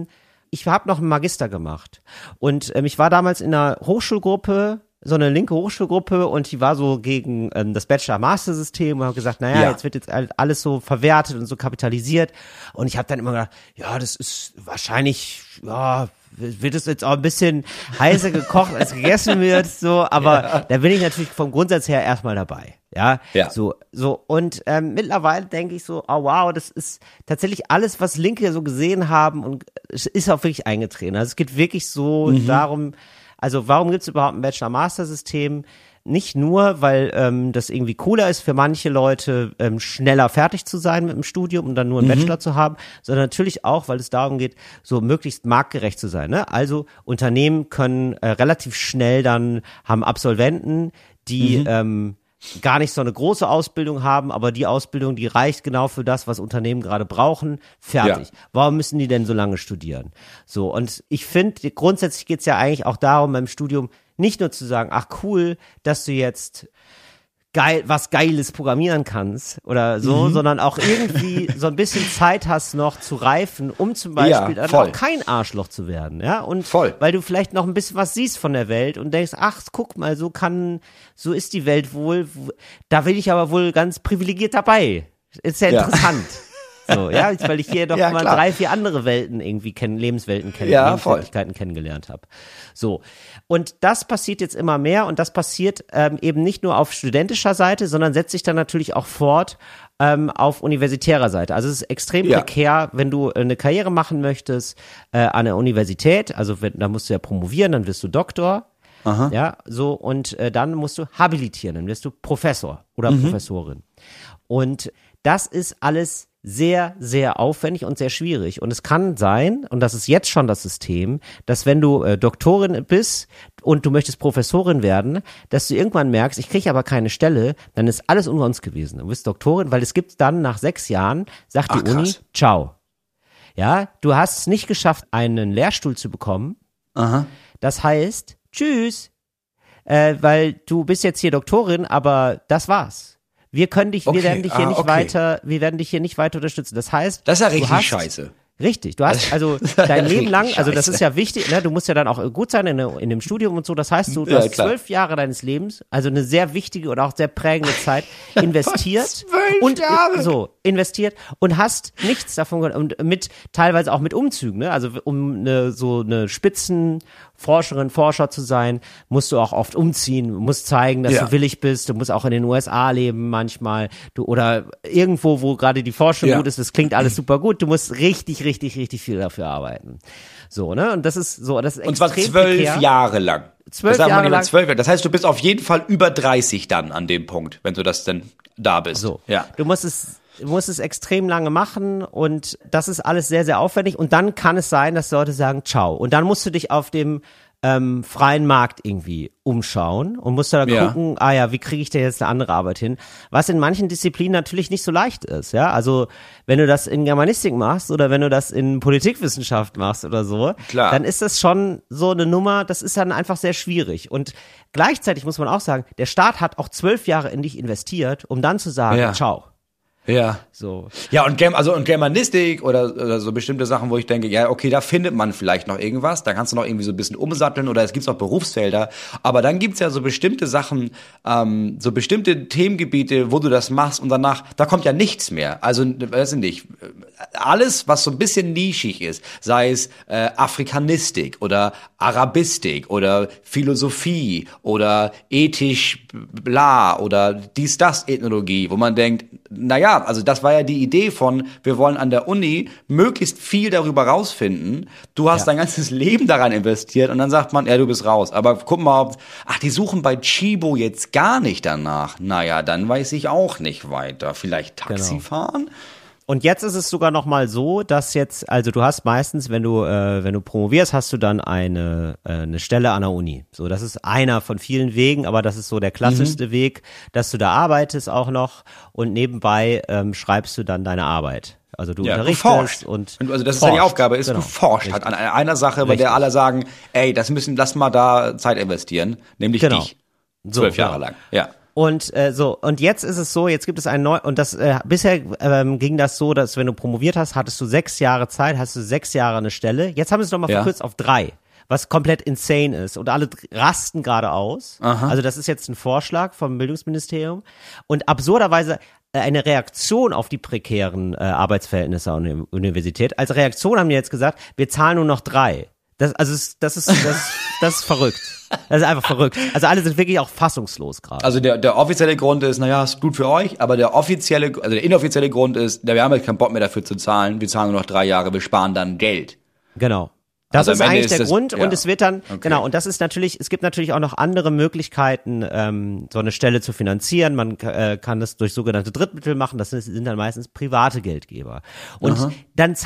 ich habe noch einen Magister gemacht und ich war damals in einer Hochschulgruppe, so eine linke Hochschulgruppe, und die war so gegen das Bachelor-Master-System und habe gesagt, naja, jetzt wird jetzt alles so verwertet und so kapitalisiert, und ich habe dann immer gedacht, ja, das ist wahrscheinlich, ja, wird es jetzt auch ein bisschen heißer gekocht, als gegessen wird, so, aber da bin ich natürlich vom Grundsatz her erstmal dabei, ja. So, und mittlerweile denke ich so, oh wow, das ist tatsächlich alles, was Linke so gesehen haben, und es ist auch wirklich eingetreten. Also es geht wirklich so darum, also warum gibt es überhaupt ein Bachelor-Master-System? Nicht nur, weil das irgendwie cooler ist für manche Leute, schneller fertig zu sein mit dem Studium und dann nur einen Bachelor zu haben, sondern natürlich auch, weil es darum geht, so möglichst marktgerecht zu sein. Ne? Also Unternehmen können relativ schnell dann, haben Absolventen, die gar nicht so eine große Ausbildung haben, aber die Ausbildung, die reicht genau für das, was Unternehmen gerade brauchen, fertig. Ja. Warum müssen die denn so lange studieren? So, und ich finde, grundsätzlich geht's ja eigentlich auch darum, beim Studium nicht nur zu sagen, ach cool, dass du jetzt was Geiles programmieren kannst oder so, sondern auch irgendwie so ein bisschen Zeit hast noch zu reifen, um zum Beispiel dann auch kein Arschloch zu werden, ja, und weil du vielleicht noch ein bisschen was siehst von der Welt und denkst, ach, guck mal, so ist die Welt wohl, da bin ich aber wohl ganz privilegiert dabei. Ist ja interessant. So, ja, weil ich hier doch mal 3, 4 andere Welten irgendwie Lebenswelten Lebensweltlichkeiten kennengelernt habe. So. Und das passiert jetzt immer mehr, und das passiert eben nicht nur auf studentischer Seite, sondern setzt sich dann natürlich auch fort auf universitärer Seite. Also es ist extrem prekär, wenn du eine Karriere machen möchtest an der Universität, also da musst du ja promovieren, dann wirst du Doktor. Aha. Ja, so, und dann musst du habilitieren, dann wirst du Professor oder Professorin. Und das ist alles sehr, sehr aufwendig und sehr schwierig. Und es kann sein, und das ist jetzt schon das System, dass wenn du Doktorin bist und du möchtest Professorin werden, dass du irgendwann merkst, ich kriege aber keine Stelle, dann ist alles umsonst gewesen. Du bist Doktorin, weil es gibt dann nach 6 Jahren, sagt die Uni, ciao. Ja, du hast es nicht geschafft, einen Lehrstuhl zu bekommen. Aha. Das heißt, tschüss, weil du bist jetzt hier Doktorin, aber das war's. Wir werden dich hier nicht weiter unterstützen. Das heißt, das ist ja richtig scheiße. Richtig, du hast also dein Leben lang, also das ist ja wichtig, ne? Du musst ja dann auch gut sein in dem Studium und so. Das heißt, du hast 12 Jahre deines Lebens, also eine sehr wichtige und auch sehr prägende Zeit investiert investiert und hast nichts davon und teilweise auch mit Umzügen, ne? Also um eine Spitzenforscherin, Forscher zu sein, musst du auch oft umziehen, musst zeigen, dass du willig bist, du musst auch in den USA leben manchmal, oder irgendwo, wo gerade die Forschung gut ist, das klingt alles super gut, du musst richtig viel dafür arbeiten. So, ne? Und das ist extrem und zwar 12 Jahre lang. 12 Jahre lang. 12 Jahre. Das heißt, du bist auf jeden Fall über 30 dann an dem Punkt, wenn du das denn da bist. So. Ja. Du musst es extrem lange machen, und das ist alles sehr, sehr aufwendig, und dann kann es sein, dass Leute sagen, ciao. Und dann musst du dich auf dem freien Markt irgendwie umschauen und musst da gucken, wie kriege ich denn jetzt eine andere Arbeit hin? Was in manchen Disziplinen natürlich nicht so leicht ist, ja. Also wenn du das in Germanistik machst oder wenn du das in Politikwissenschaft machst oder so, dann ist das schon so eine Nummer, das ist dann einfach sehr schwierig. Und gleichzeitig muss man auch sagen, der Staat hat auch 12 Jahre in dich investiert, um dann zu sagen, ciao. Ja. So. Ja, und Germanistik oder so bestimmte Sachen, wo ich denke, ja, okay, da findet man vielleicht noch irgendwas, da kannst du noch irgendwie so ein bisschen umsatteln oder es gibt noch Berufsfelder, aber dann gibt's ja so bestimmte Sachen, so bestimmte Themengebiete, wo du das machst und danach, da kommt ja nichts mehr. Also, weiß ich nicht, alles, was so ein bisschen nischig ist, sei es Afrikanistik oder Arabistik oder Philosophie oder ethisch bla oder dies-das-Ethnologie, wo man denkt, naja, also das war ja die Idee von, wir wollen an der Uni möglichst viel darüber rausfinden. Du hast dein ganzes Leben daran investiert und dann sagt man, ja, du bist raus. Aber guck mal, die suchen bei Chibo jetzt gar nicht danach. Naja, dann weiß ich auch nicht weiter. Vielleicht Taxi fahren? Und jetzt ist es sogar noch mal so, dass jetzt, also du hast meistens, wenn du promovierst, hast du dann eine Stelle an der Uni. So, das ist einer von vielen Wegen, aber das ist so der klassischste Weg, dass du da arbeitest auch noch und nebenbei schreibst du dann deine Arbeit. Also du unterrichtest du forschst. und also das ist ja die Aufgabe, du forschst halt an einer Sache, bei der alle sagen, ey, lass mal da Zeit investieren, nämlich dich. 12 Jahre lang, ja. Und und jetzt ist es so, jetzt gibt es und das bisher ging das so, dass wenn du promoviert hast, hattest du 6 Jahre Zeit, hast du 6 Jahre eine Stelle. Jetzt haben sie es nochmal verkürzt auf 3, was komplett insane ist und alle rasten gerade aus. Aha. Also das ist jetzt ein Vorschlag vom Bildungsministerium und absurderweise eine Reaktion auf die prekären Arbeitsverhältnisse an der Universität. Als Reaktion haben die jetzt gesagt, wir zahlen nur noch 3. Das ist verrückt. Das ist einfach verrückt. Also alle sind wirklich auch fassungslos gerade. Also der offizielle Grund ist, naja, ist gut für euch, aber der inoffizielle Grund ist, wir haben jetzt keinen Bock mehr dafür zu zahlen, wir zahlen nur noch 3 Jahre, wir sparen dann Geld. Genau. Das ist eigentlich der Grund und es wird dann, und das ist natürlich, es gibt natürlich auch noch andere Möglichkeiten, so eine Stelle zu finanzieren. Man kann das durch sogenannte Drittmittel machen, das sind dann meistens private Geldgeber. Und dann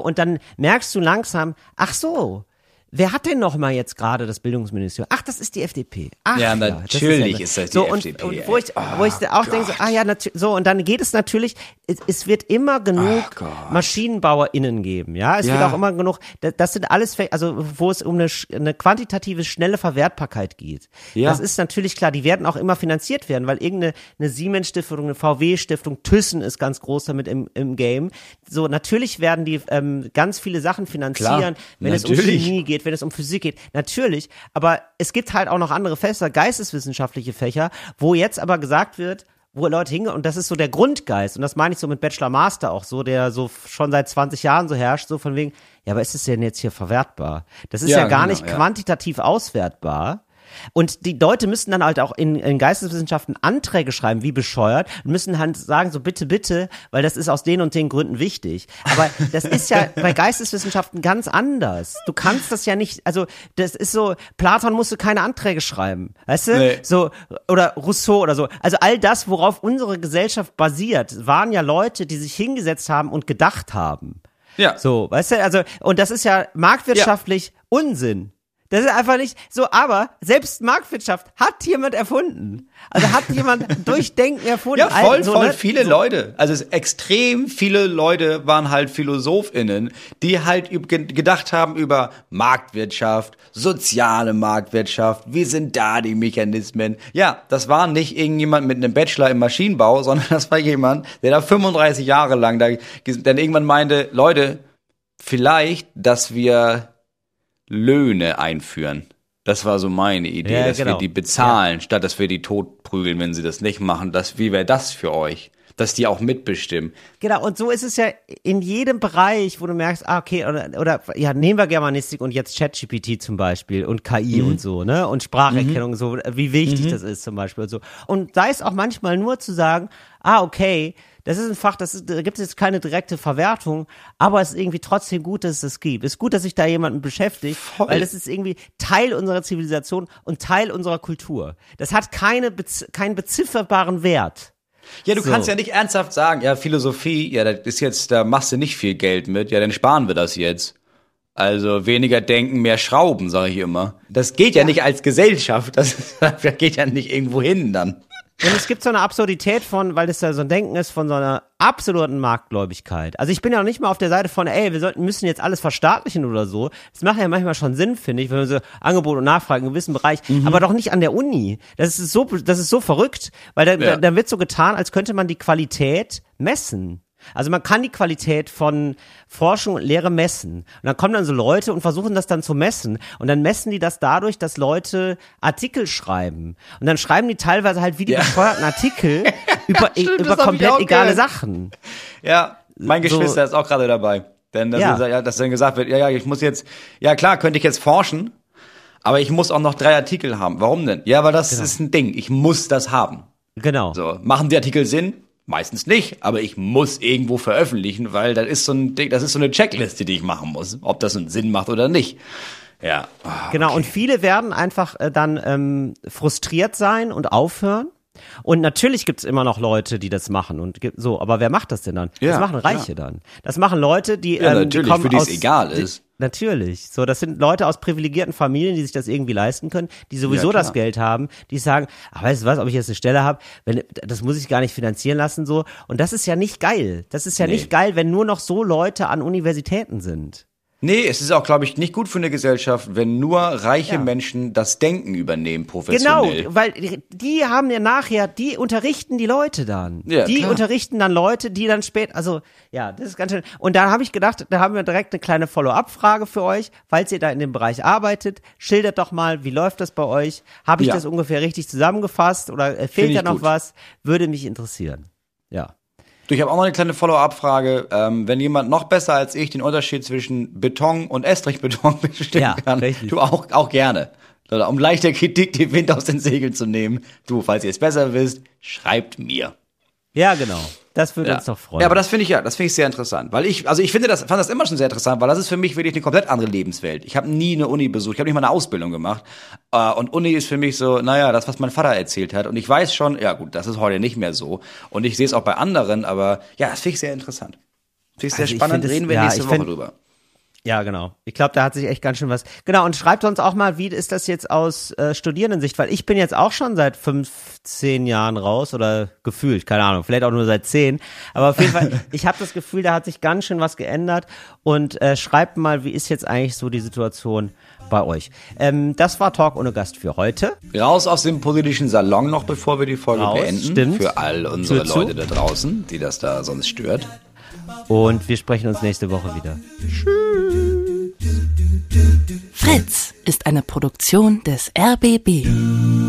merkst du langsam, ach so, wer hat denn noch mal jetzt gerade das Bildungsministerium? Ach, das ist die FDP. Ach, ja, natürlich ist das die FDP. Und wo ich auch denke, und dann geht es natürlich, es wird immer genug MaschinenbauerInnen geben, ja. Es wird auch immer genug, das sind alles, also wo es um eine quantitative, schnelle Verwertbarkeit geht. Ja. Das ist natürlich klar, die werden auch immer finanziert werden, weil irgendeine Siemens-Stiftung, eine VW-Stiftung, Thyssen ist ganz groß damit im Game. So, natürlich werden die ganz viele Sachen finanzieren, wenn es um Chemie geht, wenn es um Physik geht, natürlich, aber es gibt halt auch noch andere Fächer, geisteswissenschaftliche Fächer, wo jetzt aber gesagt wird, wo Leute hingehen, und das ist so der Grundgeist, und das meine ich so mit Bachelor Master auch so, der so schon seit 20 Jahren so herrscht, so von wegen, ja, aber ist es denn jetzt hier verwertbar? Das ist ja gar nicht quantitativ auswertbar. Und die Leute müssen dann halt auch in Geisteswissenschaften Anträge schreiben, wie bescheuert, und müssen halt sagen, so bitte, weil das ist aus den und den Gründen wichtig. Aber das ist ja bei Geisteswissenschaften ganz anders. Du kannst das ja nicht, also das ist so, Platon musste keine Anträge schreiben, weißt du? Nee. So, oder Rousseau oder so. Also all das, worauf unsere Gesellschaft basiert, waren ja Leute, die sich hingesetzt haben und gedacht haben. Ja. So, weißt du, also, und das ist ja marktwirtschaftlich Unsinn. Das ist einfach nicht so, aber selbst Marktwirtschaft hat jemand erfunden. Also hat jemand Durchdenken erfunden. Ja, voll viele Leute. Also extrem viele Leute waren halt PhilosophInnen, die halt gedacht haben über Marktwirtschaft, soziale Marktwirtschaft, wie sind da die Mechanismen? Ja, das war nicht irgendjemand mit einem Bachelor im Maschinenbau, sondern das war jemand, der da 35 Jahre lang dann irgendwann meinte, Leute, vielleicht, dass wir Löhne einführen. Das war so meine Idee, dass wir die bezahlen, statt dass wir die totprügeln, wenn sie das nicht machen. Wie wäre das für euch? Dass die auch mitbestimmen. Genau, und so ist es ja in jedem Bereich, wo du merkst, okay, oder nehmen wir Germanistik und jetzt ChatGPT zum Beispiel und KI und so, ne? Und Spracherkennung, so, wie wichtig das ist zum Beispiel und so. Und da ist auch manchmal nur zu sagen, okay, das ist ein Fach, da gibt es jetzt keine direkte Verwertung, aber es ist irgendwie trotzdem gut, dass es das gibt. Es ist gut, dass sich da jemand beschäftigt, weil das ist irgendwie Teil unserer Zivilisation und Teil unserer Kultur. Das hat keinen bezifferbaren Wert. Ja, du kannst ja nicht ernsthaft sagen, ja, Philosophie, ja, das ist jetzt, da machst du nicht viel Geld mit, ja, dann sparen wir das jetzt. Also weniger denken, mehr schrauben, sage ich immer. Das geht ja nicht als Gesellschaft, das geht ja nicht irgendwo hin dann. Und es gibt so eine Absurdität von, weil das ja so ein Denken ist, von so einer absoluten Marktgläubigkeit. Also ich bin ja noch nicht mal auf der Seite von, müssen jetzt alles verstaatlichen oder so. Das macht ja manchmal schon Sinn, finde ich, wenn wir so Angebot und Nachfrage in einem gewissen Bereich, aber doch nicht an der Uni. Das ist so verrückt, weil da wird so getan, als könnte man die Qualität messen. Also man kann die Qualität von Forschung und Lehre messen. Und dann kommen dann so Leute und versuchen das dann zu messen. Und dann messen die das dadurch, dass Leute Artikel schreiben. Und dann schreiben die teilweise halt wie die bescheuerten Artikel über komplett egale Sachen. Ja, mein Geschwister ist auch gerade dabei. Denn dass dann gesagt wird, ich muss jetzt, klar, könnte ich jetzt forschen, aber ich muss auch noch 3 Artikel haben. Warum denn? Ja, weil das ist ein Ding. Ich muss das haben. Genau. So, machen die Artikel Sinn? Meistens nicht, aber ich muss irgendwo veröffentlichen, weil das ist so ein Ding, das ist so eine Checkliste, die ich machen muss, ob das einen Sinn macht oder nicht. Ja. Oh, genau, und viele werden einfach dann frustriert sein und aufhören. Und natürlich gibt's immer noch Leute, die das machen und so, aber wer macht das denn dann? Das machen Reiche dann. Das machen Leute, die natürlich, die kommen für die es egal ist. Natürlich. So, das sind Leute aus privilegierten Familien, die sich das irgendwie leisten können, die sowieso das Geld haben, die sagen, weißt du was, ob ich jetzt eine Stelle habe, das muss ich gar nicht finanzieren lassen, so. Und das ist ja nicht geil. Das ist ja nicht geil, wenn nur noch so Leute an Universitäten sind. Nee, es ist auch, glaube ich, nicht gut für eine Gesellschaft, wenn nur reiche Menschen das Denken übernehmen, professionell. Genau, weil die haben ja nachher, die unterrichten die Leute dann. Ja, die unterrichten dann Leute, die dann später, also ja, das ist ganz schön. Und da habe ich gedacht, da haben wir direkt eine kleine Follow-up-Frage für euch. Falls ihr da in dem Bereich arbeitet, schildert doch mal, wie läuft das bei euch? Habe ich das ungefähr richtig zusammengefasst oder fehlt da noch was? Würde mich interessieren. Ja. Du, ich habe auch noch eine kleine Follow-up-Frage. Wenn jemand noch besser als ich den Unterschied zwischen Beton und Estrichbeton bestimmen kann, richtig. Du auch gerne. Um leichter Kritik den Wind aus den Segeln zu nehmen. Du, falls ihr es besser wisst, schreibt mir. Ja, genau. Das würde uns doch freuen. Ja, aber das finde ich sehr interessant, weil ich fand das immer schon sehr interessant, weil das ist für mich wirklich eine komplett andere Lebenswelt. Ich habe nie eine Uni besucht, ich habe nicht mal eine Ausbildung gemacht und Uni ist für mich so, das, was mein Vater erzählt hat und ich weiß schon, ja gut, das ist heute nicht mehr so und ich sehe es auch bei anderen, aber ja, das finde ich sehr interessant. Finde ich sehr spannend, reden wir nächste Woche drüber. Ja, genau. Ich glaube, da hat sich echt ganz schön was. Genau, und schreibt uns auch mal, wie ist das jetzt aus Studierendensicht? Weil ich bin jetzt auch schon seit 15 Jahren raus oder gefühlt, keine Ahnung, vielleicht auch nur seit 10. Aber auf jeden Fall, ich habe das Gefühl, da hat sich ganz schön was geändert. Und schreibt mal, wie ist jetzt eigentlich so die Situation bei euch? Das war Talk ohne Gast für heute. Raus aus dem politischen Salon noch, bevor wir die Folge beenden. Stimmt. Für all unsere Leute da draußen, die das da sonst stört. Und wir sprechen uns nächste Woche wieder. Fritz ist eine Produktion des RBB.